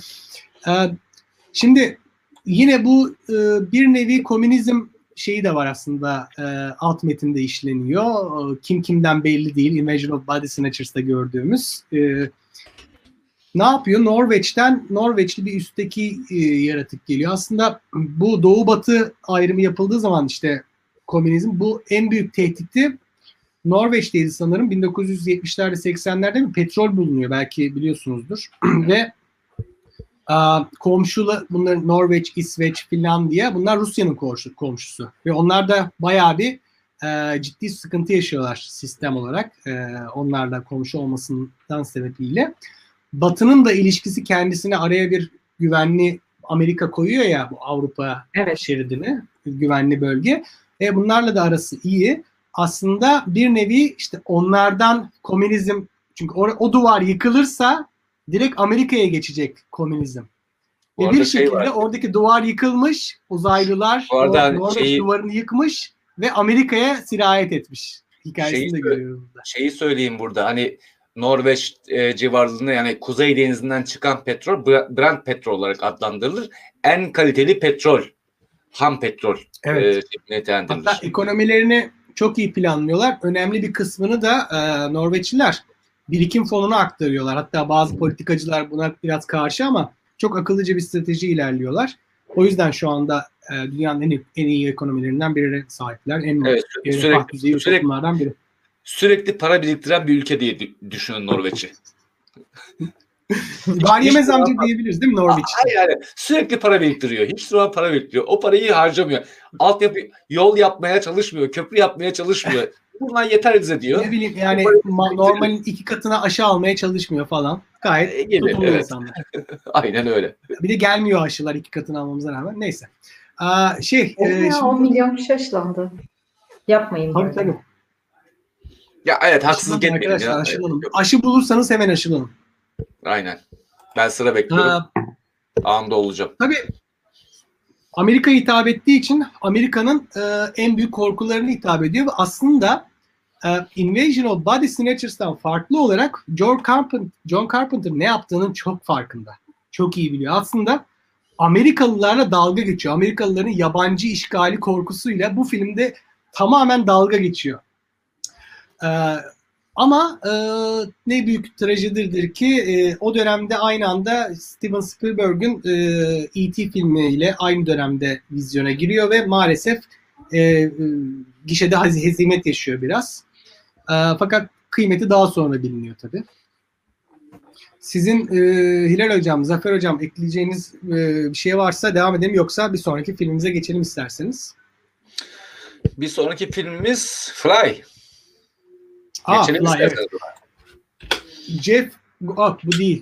Şimdi yine bu bir nevi komünizm şeyi de var aslında, alt metinde işleniyor. Kim kimden belli değil. Invasion of Body Snatchers'ta gördüğümüz. Ne yapıyor? Norveçli bir üstteki yaratık geliyor. Aslında bu doğu batı ayrımı yapıldığı zaman işte komünizm, bu en büyük tehditti. Norveç'teydi sanırım. 1970'lerde 80'lerde bir petrol bulunuyor. Belki biliyorsunuzdur. Ve bunlar Norveç, İsveç, Finlandiya, bunlar Rusya'nın komşusu. Ve onlar da bayağı bir ciddi sıkıntı yaşıyorlar sistem olarak. Onlarla komşu olmasından sebebiyle. Batı'nın da ilişkisi kendisine araya bir güvenli Amerika koyuyor ya, bu Avrupa şeridini, güvenli bölge. Bunlarla da arası iyi. Aslında bir nevi işte onlardan komünizm, çünkü o duvar yıkılırsa direkt Amerika'ya geçecek komünizm. Ve bir şekilde oradaki duvar yıkılmış, uzaylılar Norveç duvarını yıkmış ve Amerika'ya sirayet etmiş. Hikayesini de görüyoruz burada. Şeyi söyleyeyim burada, hani Norveç civarında, yani Kuzey Denizi'nden çıkan petrol Brent petrol olarak adlandırılır. En kaliteli petrol, ham petrol nitelendirilir. Hatta ekonomilerini çok iyi planlıyorlar. Önemli bir kısmını da Norveçliler birikim fonuna aktarıyorlar. Hatta bazı politikacılar buna biraz karşı ama çok akıllıca bir strateji ilerliyorlar. O yüzden şu anda dünyanın en iyi ekonomilerinden birine sahipler. En refah düzeyi toplumlardan biri. Sürekli para biriktiren bir ülke diye düşünün Norveç'i. Var yemez amca diyebiliriz değil mi Norveç? Yani sürekli para biriktiriyor. Hiç zaman para biriktiriyor. O parayı harcamıyor. Altyapı, yol yapmaya çalışmıyor. Köprü yapmaya çalışmıyor. Bundan yeter bize diyor. Ne bileyim yani normalin 2 katına aşı almaya çalışmıyor falan. Gayet tutumlu insanlar. Aynen öyle. Bir de gelmiyor aşılar 2 katını almamıza rağmen. Neyse. 10 milyon kişi aşılandı. Yapmayın. Tabii. Ya evet, haksızlık etmeyin ya. Aşılanın. Aşı bulursanız hemen aşılanın. Aynen. Ben sıra bekliyorum. Anında olacağım. Tabii Amerika'ya hitap ettiği için Amerika'nın en büyük korkularını hitap ediyor ve aslında Invasion of Body Snatchers'tan farklı olarak John Carpenter ne yaptığının çok farkında. Çok iyi biliyor. Aslında Amerikalılarla dalga geçiyor. Amerikalıların yabancı işgali korkusuyla bu filmde tamamen dalga geçiyor. Ama ne büyük trajedidir ki o dönemde aynı anda Steven Spielberg'ün E.T. filmiyle aynı dönemde vizyona giriyor ve maalesef gişede hezimet yaşıyor biraz. Fakat kıymeti daha sonra biliniyor tabii. Sizin Hilal Hocam, Zafer Hocam ekleyeceğiniz bir şey varsa devam edelim, yoksa bir sonraki filmimize geçelim isterseniz. Bir sonraki filmimiz Fly. Fly, evet. Jeff, bu değil.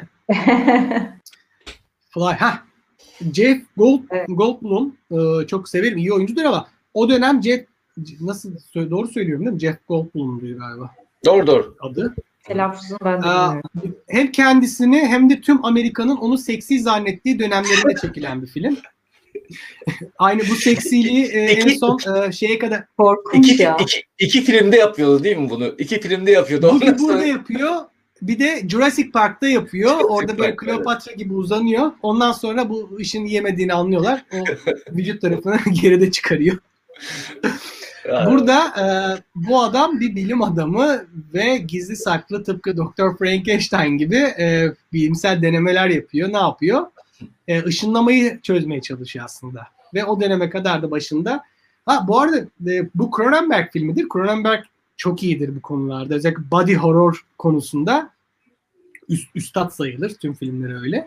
Fly, Jeff Goldblum çok severim, iyi oyuncudur ama o dönem doğru söylüyorum değil mi? Jeff Goldblum'du galiba. Doğru. Adı. Telaffuzunu ben de bilmiyorum. Hem kendisini hem de tüm Amerika'nın onu seksi zannettiği dönemlerinde çekilen bir film. Aynı bu seksiliği en son şeye kadar... Korkunç ya. İki filmde yapıyordu değil mi bunu? İki filmde yapıyordu. Burada yapıyor. Bir de Jurassic Park'ta yapıyor. Orada böyle Kleopatra gibi uzanıyor. Ondan sonra bu işin yemediğini anlıyorlar. O vücut tarafını geride çıkarıyor. Burada bu adam bir bilim adamı ve gizli saklı, tıpkı Dr. Frankenstein gibi bilimsel denemeler yapıyor. Ne yapıyor? Işınlamayı çözmeye çalışıyor aslında. Ve o döneme kadar da başında. Bu arada bu Cronenberg filmidir. Cronenberg çok iyidir bu konularda. Özellikle body horror konusunda üstad sayılır. Tüm filmleri öyle.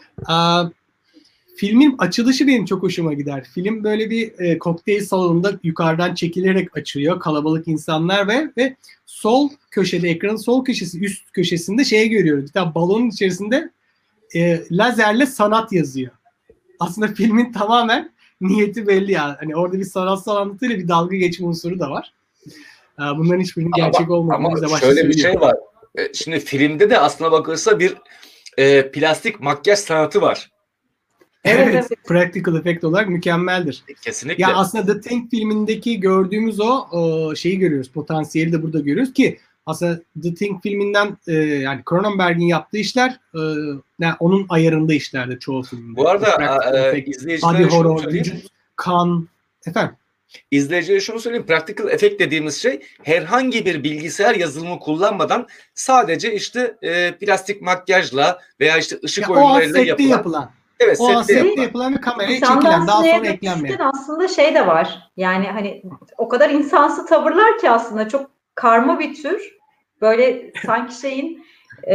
Filmin açılışı benim çok hoşuma gider. Film böyle bir kokteyl salonunda yukarıdan çekilerek açılıyor. Kalabalık insanlar ve sol köşede, ekranın sol köşesi, üst köşesinde şey görüyoruz. Bir tane balonun içerisinde lazerle sanat yazıyor. Aslında filmin tamamen niyeti belli ya. Hani orada bir sanatsal anlatıyla bir dalga geçme unsuru da var. Bunların hiçbirinin gerçek olmadığını bize başta şöyle bir şey var. Şimdi filmde de aslına bakılırsa bir plastik makyaj sanatı var. Evet. Practical effect olarak mükemmeldir. Kesinlikle. Ya aslında The Thing filmindeki gördüğümüz o şeyi görüyoruz. Potansiyeli de burada görüyoruz ki aslında The Thing filminden yani Cronenberg'in yaptığı işler yani onun ayarında işlerdi çoğu filmde. Bu arada izleyicilere şunu söyleyeyim. Vücut, kan, efendim. İzleyicilere şunu söyleyeyim. Practical effect dediğimiz şey herhangi bir bilgisayar yazılımı kullanmadan sadece işte plastik makyajla veya işte ışık oyunlarıyla yapılan. Evet, sette yapılan bir kameraya çekilen, daha sonra eklenmeyen. Aslında şey de var. Yani hani o kadar insansı tavırlar ki aslında çok karma bir tür. Böyle sanki şeyin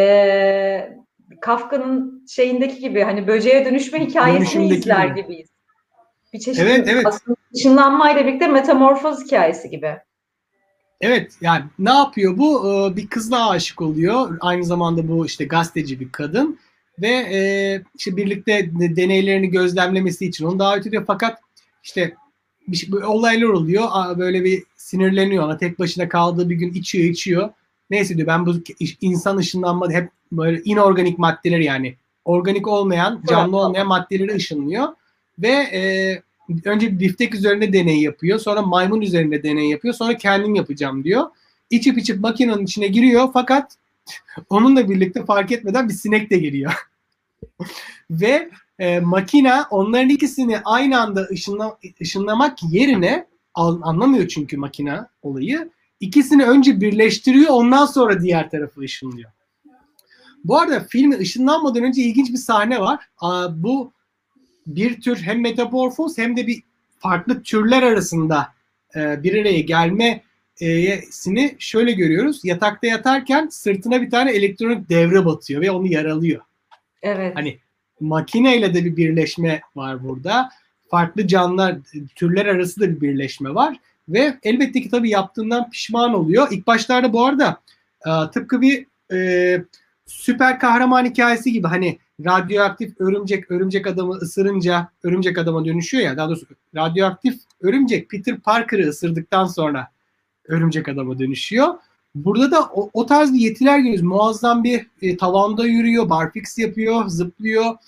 Kafka'nın şeyindeki gibi hani böceğe dönüşme hikayesini izler gibiyiz. Bir çeşit evet. aslında ışınlanmayla birlikte metamorfoz hikayesi gibi. Evet, yani ne yapıyor bu? Bir kızla aşık oluyor. Aynı zamanda bu işte gazeteci bir kadın. Ve işte birlikte deneylerini gözlemlemesi için onu davet ediyor. Fakat işte olaylar oluyor. Böyle bir sinirleniyor ona. Tek başına kaldığı bir gün içiyor. Neyse diyor, ben bu insan ışınlanma hep böyle inorganik maddeler, yani organik olmayan, canlı olmayan maddeleri ışınlıyor. Ve önce biftek üzerinde deney yapıyor. Sonra maymun üzerinde deney yapıyor. Sonra kendim yapacağım diyor. İçip makinenin içine giriyor. Fakat onunla birlikte fark etmeden bir sinek de giriyor. Ve makine onların ikisini aynı anda ışınlamak yerine, anlamıyor çünkü makine olayı, ikisini önce birleştiriyor, ondan sonra diğer tarafı ışınlıyor. Bu arada filmi ışınlanmadan önce ilginç bir sahne var. Bu bir tür hem metamorfoz hem de bir farklı türler arasında bir araya gelmesini şöyle görüyoruz. Yatakta yatarken sırtına bir tane elektronik devre batıyor ve onu yaralıyor. Evet. Hani makineyle de bir birleşme var burada. Farklı canlılar, türler arası da bir birleşme var. Ve elbette ki tabii yaptığından pişman oluyor. İlk başlarda bu arada tıpkı bir süper kahraman hikayesi gibi, hani radyoaktif örümcek adamı ısırınca örümcek adama dönüşüyor ya, daha doğrusu radyoaktif örümcek Peter Parker'ı ısırdıktan sonra örümcek adama dönüşüyor. Burada da o tarz bir yetiler görüyoruz. Muazzam bir tavanda yürüyor, barfix yapıyor, zıplıyor.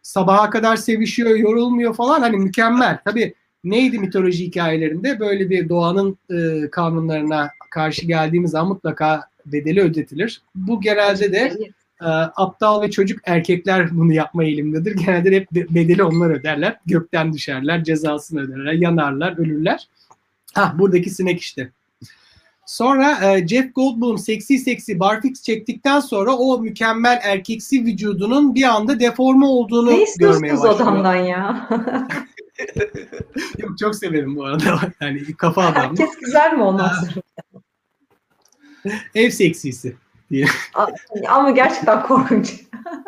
sabaha kadar sevişiyor, yorulmuyor falan, hani mükemmel. Tabii neydi mitoloji hikayelerinde? Böyle bir doğanın kanunlarına karşı geldiğimiz zaman mutlaka bedeli ödetilir. Bu genelde de aptal ve çocuk erkekler bunu yapma eğilimindedir. Genelde hep bedeli onlar öderler. Gökten düşerler, cezasını öderler, yanarlar, ölürler. Buradaki sinek işte. Sonra Jeff Goldblum seksi barfix çektikten sonra o mükemmel erkeksi vücudunun bir anda deforme olduğunu görmeye başlıyor. Ne adamdan ya? Yok, çok severim bu arada. Yani kafa adamı. Herkes güzel mi ondan sonra? Ev seksisi diye. Ama gerçekten korkunç.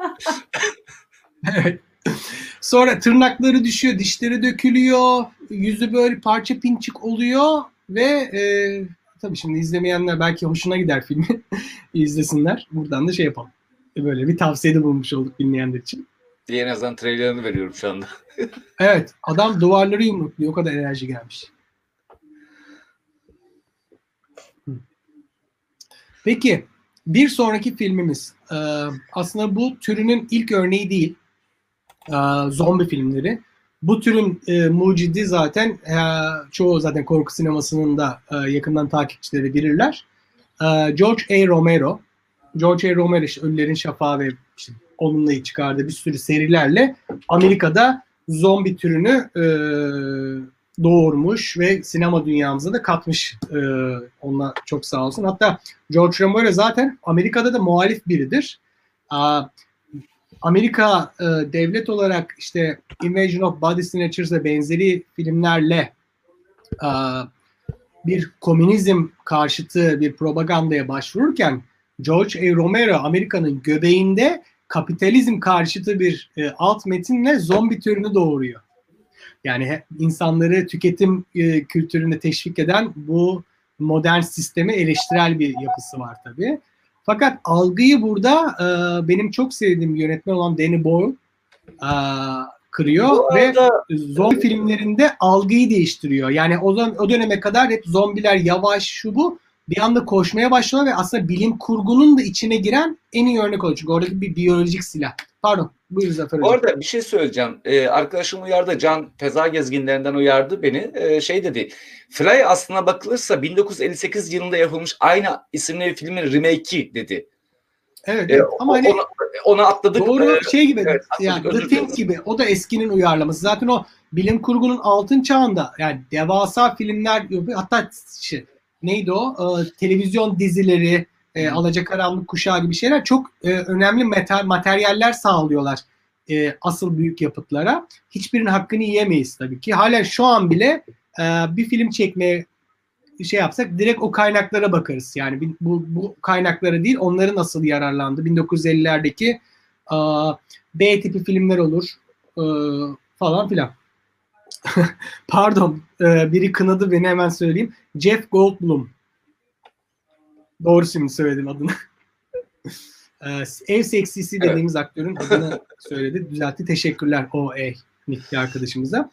Evet. Sonra tırnakları düşüyor, dişleri dökülüyor, yüzü böyle parça pinçik oluyor ve tabii şimdi izlemeyenler belki hoşuna gider filmi. izlesinler. Buradan da şey yapalım. Böyle bir tavsiyede bulmuş olduk dinleyenler için. En azından trailerını veriyorum şu anda. Evet. Adam duvarları yumrukluyor. O kadar enerji gelmiş. Peki. Bir sonraki filmimiz. Aslında bu türünün ilk örneği değil. Zombi filmleri. Bu türün mucidi zaten çoğu zaten korku sinemasının da yakından takipçileri bilirler. George A. Romero. George A. Romero işte Ölülerin Şafağı ve işte onunla çıkardığı bir sürü serilerle Amerika'da zombi türünü doğurmuş ve sinema dünyamıza da katmış. Onunla çok sağ olsun. Hatta George Romero zaten Amerika'da da muhalif biridir. Amerika devlet olarak işte Invasion of Body Snatchers ve benzeri filmlerle bir komünizm karşıtı bir propagandaya başvururken George A. Romero Amerika'nın göbeğinde kapitalizm karşıtı bir alt metinle zombi türünü doğuruyor. Yani insanları tüketim kültürüne teşvik eden bu modern sisteme eleştirel bir yapısı var tabii. Fakat algıyı burada benim çok sevdiğim yönetmen olan Danny Boyle kırıyor ve zombi filmlerinde algıyı değiştiriyor. Yani o döneme kadar hep zombiler yavaş şu bu bir anda koşmaya başlıyor ve aslında bilim kurgunun da içine giren en iyi örnek oluyor. Çünkü oradaki bir biyolojik silah. Pardon. Buyurun Zafer Hocam. Orada bir şey söyleyeceğim. Arkadaşım uyardı. Can Feza Gezginlerinden uyardı beni. Şey dedi. Fly aslına bakılırsa 1958 yılında yapılmış aynı isimli bir filmin remake'i dedi. Evet. Ama hani ona atladık. Doğru şey gibi. Evet, yani The Thing gibi. O da eskinin uyarlaması. Zaten o bilim kurgunun altın çağında yani devasa filmler hatta neydi o? Televizyon dizileri, Alacakaranlık Kuşağı gibi şeyler çok önemli materyaller sağlıyorlar asıl büyük yapıtlara. Hiçbirinin hakkını yiyemeyiz tabii ki. Hala şu an bile bir film çekmeye şey yapsak direkt o kaynaklara bakarız. Yani bu kaynaklara değil, onları nasıl yararlandı. 1950'lerdeki B tipi filmler olur falan filan. Pardon, biri kınadı beni, hemen söyleyeyim. Jeff Goldblum. Doğru şimdi söyledim adını. Ev seksisi dediğimiz aktörün adını söyledi. Düzeltti. Teşekkürler O.A. Nick'li arkadaşımıza.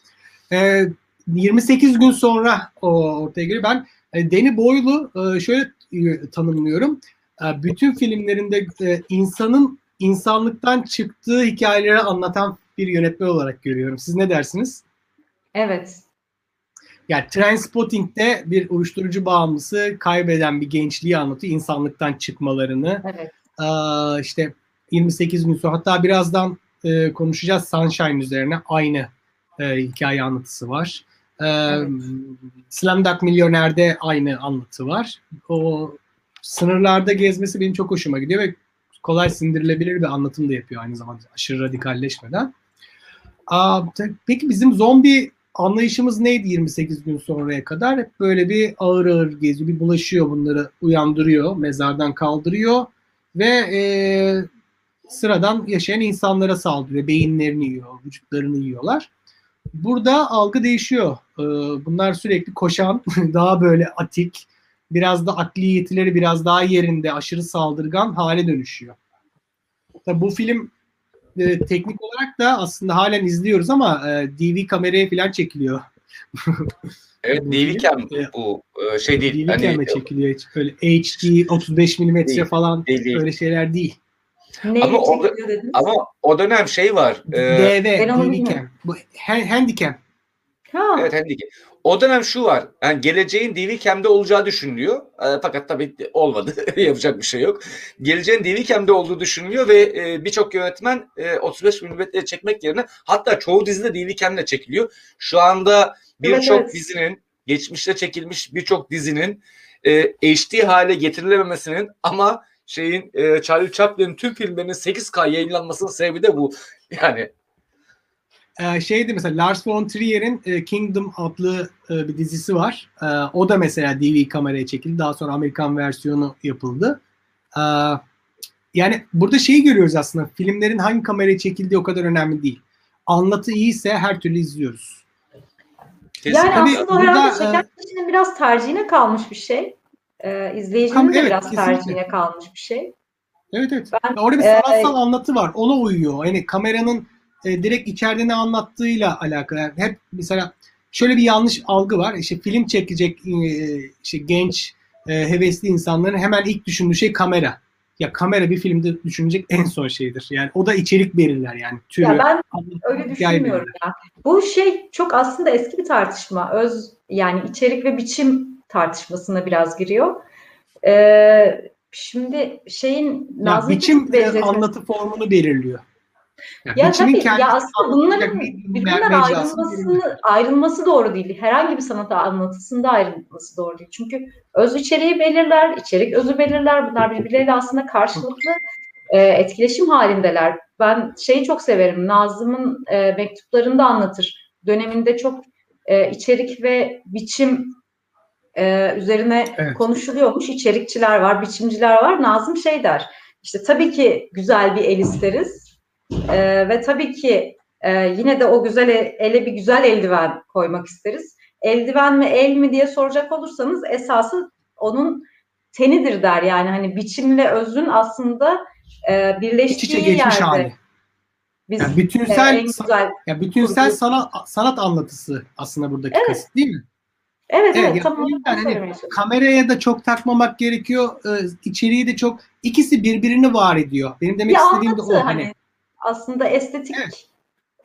28 gün sonra ortaya geliyor. Ben Danny Boyle'u şöyle tanımlıyorum. Bütün filmlerinde insanlıktan çıktığı hikayeleri anlatan bir yönetmen olarak görüyorum. Siz ne dersiniz? Evet. Yani Trainspotting'de bir uyuşturucu bağımlısı kaybeden bir gençliği anlatıyor. İnsanlıktan çıkmalarını. Evet. İşte 28 gün sonra, hatta birazdan konuşacağız Sunshine üzerine, aynı hikaye anlatısı var. Evet. Slumdog Millionaire'de aynı anlatı var. O sınırlarda gezmesi benim çok hoşuma gidiyor ve kolay sindirilebilir bir anlatım da yapıyor aynı zamanda, aşırı radikalleşmeden. Peki bizim zombi anlayışımız neydi 28 gün sonraya kadar? Hep böyle bir ağır ağır geziyor, bir bulaşıyor, bunları uyandırıyor, mezardan kaldırıyor ve sıradan yaşayan insanlara saldırıyor. Beyinlerini yiyor, vücutlarını yiyorlar. Burada algı değişiyor. Bunlar sürekli koşan, daha böyle atik, biraz da akli yetileri biraz daha yerinde, aşırı saldırgan hale dönüşüyor. Tabii bu film teknik olarak da aslında halen izliyoruz ama DV kameraya falan çekiliyor. Evet, DV cam bu şey değil. DV cam'e çekiliyor. Öyle HD 35 mm falan değil. öyle şeyler değil. Neyi Ama o, çekiliyor dediniz? ama o dönem şey var. Ben onu DV bilmiyorum. cam. Bu handicam. Ha. Evet, handicap. O dönem şu var. Yani geleceğin DV-Cam'de olacağı düşünülüyor. Fakat tabii olmadı. Yapacak bir şey yok. Geleceğin DV-Cam'de olduğu düşünülüyor ve birçok yönetmen 35 mm çekmek yerine, hatta çoğu dizide DV-Cam'le çekiliyor. Şu anda birçok Evet. dizinin, geçmişte çekilmiş birçok dizinin HD hale getirilememesinin, ama Charlie Chaplin'in tüm filmlerinin 8K yayınlanmasının sebebi de bu. Yani Şeydi mesela Lars von Trier'in Kingdom adlı bir dizisi var. O da mesela DV kameraya çekildi. Daha sonra Amerikan versiyonu yapıldı. Yani burada şeyi görüyoruz aslında. Filmlerin hangi kameraya çekildiği o kadar önemli değil. Anlatı iyiyse her türlü izliyoruz. Yani Tabii aslında o herhalde çeken kişinin biraz tercihine kalmış bir şey. İzleyicinin de evet, biraz kesinlikle tercihine kalmış bir şey. Evet. Ben Orada bir sanatsal anlatı var. Ona uyuyor. Yani kameranın direkt içeride ne anlattığıyla alakalı. Yani hep mesela şöyle bir yanlış algı var. İşte film çekecek işte genç hevesli insanların hemen ilk düşündüğü şey kamera. Ya kamera bir filmde düşünecek en son şeydir. Yani o da içerik belirler yani. Türü, ya ben anlatı, öyle hikaye düşünmüyorum belirler. ya. Bu şey çok aslında eski bir tartışma. Yani içerik ve biçim tartışmasına biraz giriyor. Şimdi Ya Nazım biçim Hikmet'in benzetmesi. anlatı formunu belirliyor. Ya Ya biçimin tabii ya kendisi aslında anlatacak bunların medium, birbirinden mecrasını belirler. ayrılması doğru değil. Herhangi bir sanat anlatısında ayrılması doğru değil. Çünkü öz içeriği belirler, içerik özü belirler. Bunlar birbirleriyle aslında karşılıklı etkileşim halindeler. Ben şeyi çok severim. Nazım'ın mektuplarında anlatır. Döneminde çok içerik ve biçim üzerine Evet. konuşuluyormuş. İçerikçiler var, biçimciler var. Nazım şey der. İşte tabii ki güzel bir el isteriz. Ve tabii ki yine de o güzel ele bir güzel eldiven koymak isteriz. Eldiven mi el mi diye soracak olursanız esası onun tenidir der. Yani hani biçimle özün aslında İç içe birleştiği geçmiş yerde hali. biz Yani bütünsel en güzel bütünsel kurguyu... sanat anlatısı aslında buradaki Evet, kasıt değil mi? evet, Evet evet. yani Tam o olarak yüzden onu hani söylemeye çalışıyorum. kameraya da çok takmamak gerekiyor. İçeriği de çok, ikisi birbirini var ediyor. Benim demek Bir istediğim de anlatı o hani. hani aslında Evet. estetik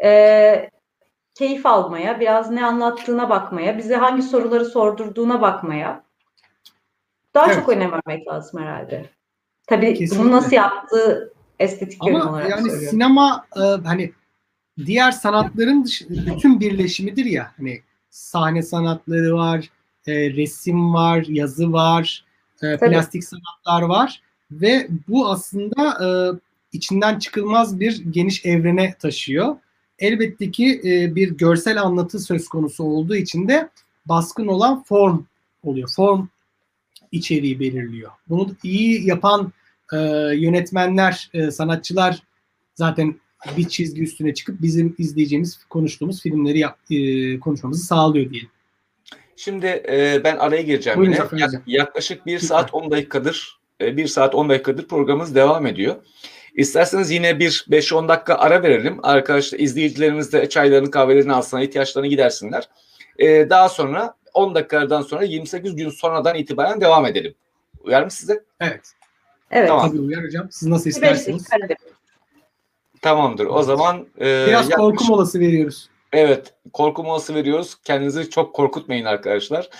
keyif almaya, biraz ne anlattığına bakmaya, bize hangi soruları sordurduğuna bakmaya daha çok Evet. önem vermek lazım herhalde. Tabii bunu nasıl Kesinlikle. yaptığı estetik yönü Ama olarak yani söylüyorum. sinema hani diğer sanatların bütün birleşimidir ya. Hani sahne sanatları var, resim var, yazı var, Tabii. plastik sanatlar var ve bu aslında içinden çıkılmaz bir geniş evrene taşıyor. Elbette ki bir görsel anlatı söz konusu olduğu için de baskın olan form oluyor. Form içeriği belirliyor. Bunu iyi yapan yönetmenler, sanatçılar zaten bir çizgi üstüne çıkıp bizim izleyeceğimiz, konuştuğumuz filmleri konuşmamızı sağlıyor diyelim. şimdi ben araya gireceğim Buyurun yine. Zafer Hocam. Yaklaşık 1 Lütfen. saat 10 dakikadır 1 saat 10 dakikadır programımız devam ediyor. İsterseniz yine bir 5-10 dakika ara verelim. Arkadaşlar, izleyicilerimiz de çaylarını kahvelerini alsınlar, ihtiyaçlarını gidersinler. Daha sonra 10 dakikadan sonra 28 gün sonradan itibaren devam edelim. Uyar mı size? Evet. Evet. Tamam. Tabii uyar hocam. Siz nasıl 5 isterseniz. dakika. Tamamdır. O zaman Biraz korku molası veriyoruz. evet, korku molası veriyoruz. Kendinizi çok korkutmayın arkadaşlar.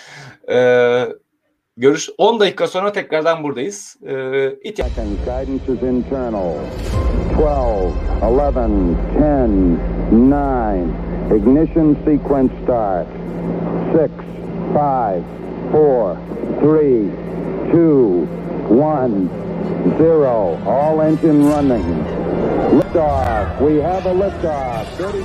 10 dakika sonra tekrardan buradayız. Guidance is internal. 12, 11, 10, 9. Ignition sequence start. 6, 5, 4, 3, 2, 1, 0. All engine running. Liftoff. We have a liftoff. 32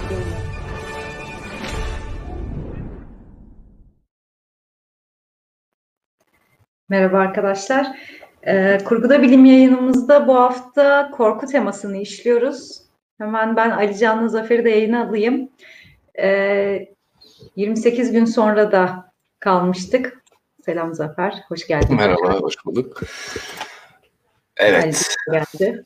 Merhaba arkadaşlar. Kurguda Bilim yayınımızda bu hafta korku temasını işliyoruz. Hemen ben Ali Can'la Zafer'i de yayına alayım. 28 gün sonra da kalmıştık. Selam Zafer, hoş geldin. Merhaba, hoş bulduk. Evet. Geldi.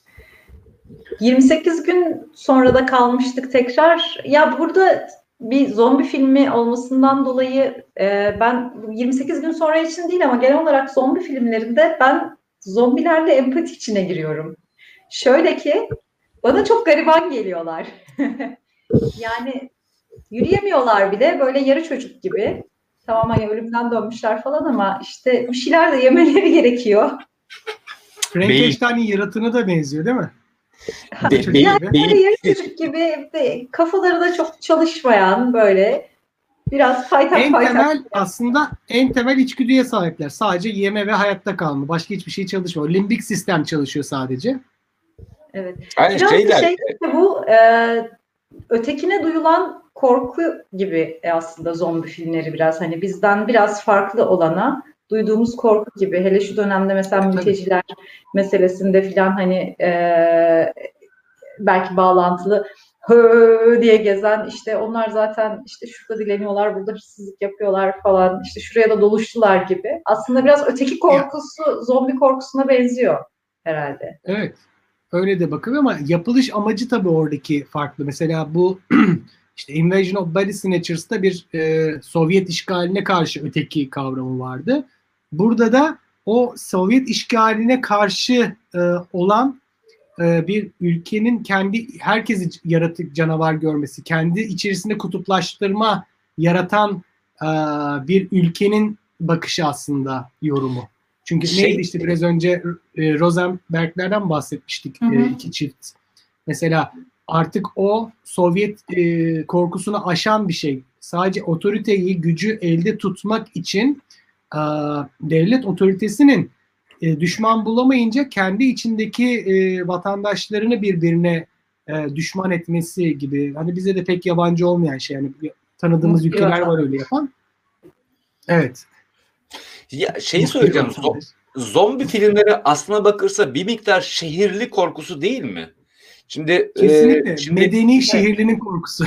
28 gün sonra da kalmıştık tekrar. Ya burada bir zombi filmi olmasından dolayı ben 28 gün sonra için değil ama genel olarak zombi filmlerinde ben zombilerle empati içine giriyorum. Şöyle ki bana çok gariban geliyorlar. Yani yürüyemiyorlar bile, böyle yarı çocuk gibi. Tamam hani ölümden dönmüşler falan ama işte bir şeyler de yemeleri gerekiyor. Frankenstein'in yaratığına da benziyor değil mi? Be- Beyin- Yani böyle yarı çocuk gibi de, kafaları da çok çalışmayan, böyle biraz paytak En paytak. temel aslında en temel içgüdüye sahipler. Sadece yeme ve hayatta kalma. Başka hiçbir şey çalışmıyor. Limbik sistem çalışıyor sadece. Evet. Yani Biraz da şeyler şey işte bu ötekine duyulan korku gibi aslında zombi filmleri biraz hani bizden biraz farklı olana duyduğumuz korku gibi. Hele şu dönemde mesela Tabii. mülteciler meselesinde filan hani belki bağlantılı hı diye gezen, işte onlar zaten işte şurada dileniyorlar, burada hırsızlık yapıyorlar falan, işte şuraya da doluştular gibi. Aslında biraz öteki korkusu zombi korkusuna benziyor herhalde. Evet. Öyle de bakılıyor ama yapılış amacı tabii oradaki farklı. Mesela bu işte Invasion of Body Snatchers'ta bir Sovyet işgaline karşı öteki kavramı vardı. Burada da o Sovyet işgaline karşı olan bir ülkenin kendi herkesi yaratık canavar görmesi, kendi içerisinde kutuplaştırma yaratan bir ülkenin bakışı aslında yorumu. Çünkü neydi işte biraz önce Rosenberg'lerden bahsetmiştik, iki çift. Mesela artık o Sovyet korkusunu aşan bir şey. Sadece otoriteyi, gücü elde tutmak için devlet otoritesinin düşman bulamayınca kendi içindeki vatandaşlarını birbirine düşman etmesi gibi. Hani bize de pek yabancı olmayan şey. Yani tanıdığımız ülkeler var öyle yapan. Evet. ya şeyi söyleyeceğim. Zombi filmleri aslına bakırsa bir miktar şehirli korkusu değil mi? Şimdi kesinlikle şimdi medeni şehirlinin korkusu.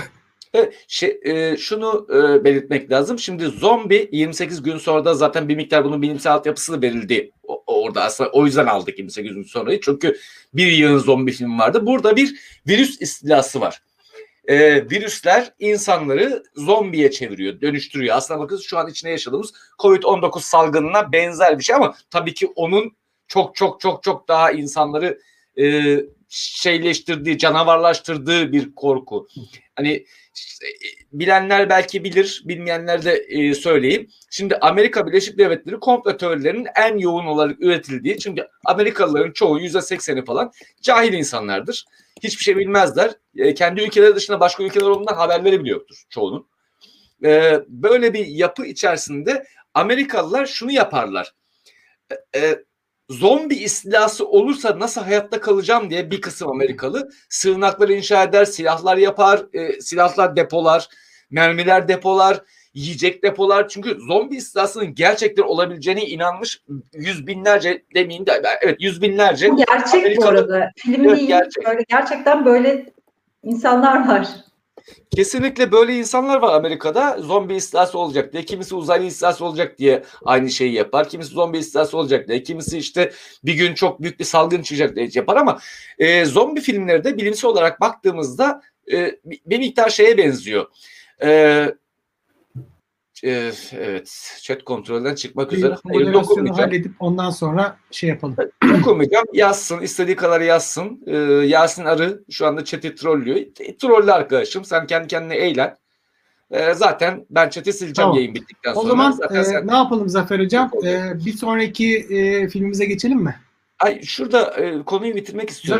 şunu belirtmek lazım. Şimdi Zombi 28 gün sonra da zaten bir miktar bunun bilimsel altyapısı verildi. Orada aslında o yüzden aldık 28 gün sonrayı. Çünkü bir yığın zombi filmi vardı. Burada bir virüs istilası var. Virüsler insanları zombiye çeviriyor, dönüştürüyor. Aslında bakın şu an içine yaşadığımız Covid-19 salgınına benzer bir şey ama tabii ki onun çok çok çok çok daha insanları şeyleştirdiği, canavarlaştırdığı bir korku. Hani bilenler belki bilir, bilmeyenler de söyleyeyim. Şimdi Amerika Birleşik Devletleri komplo teorilerinin en yoğun olarak üretildiği, çünkü Amerikalıların çoğu %80'i falan cahil insanlardır. Hiçbir şey bilmezler. Kendi ülkeleri dışında başka ülkeler olduğundan haberleri bile yoktur çoğunun. Böyle bir yapı içerisinde Amerikalılar şunu yaparlar. Zombi istilası olursa nasıl hayatta kalacağım diye bir kısım Amerikalı sığınakları inşa eder, silahlar yapar, silahlar depolar, mermiler depolar, yiyecek depolar. Çünkü zombi istilasının gerçekten olabileceğine inanmış yüz binlerce demeyeyim de evet yüz binlerce. Bu gerçek Amerikalı, bu arada. Film evet, değil. Gerçek. Böyle, gerçekten böyle insanlar var. Kesinlikle böyle insanlar var Amerika'da. Zombi istilası olacak diye. Kimisi uzaylı istilası olacak diye aynı şeyi yapar. Kimisi zombi istilası olacak diye. Kimisi işte bir gün çok büyük bir salgın çıkacak diye yapar ama zombi filmleri de bilimsel olarak baktığımızda bir miktar şeye benziyor. Evet, chat kontrolden çıkmak üzere. Moderasyonu halledip ondan sonra şey yapalım. Okumayacağım. Yazsın. İstediği kadar yazsın. Yasin Arı şu anda chat'i trollüyor. Trollü arkadaşım. Sen kendi kendine eğlen. Zaten ben chat'i sileceğim tamam. Yayın bittikten sonra. O zaman zaten ne yapalım Zafer Hocam? Bir sonraki filmimize geçelim mi? Şurada konuyu bitirmek istiyorum.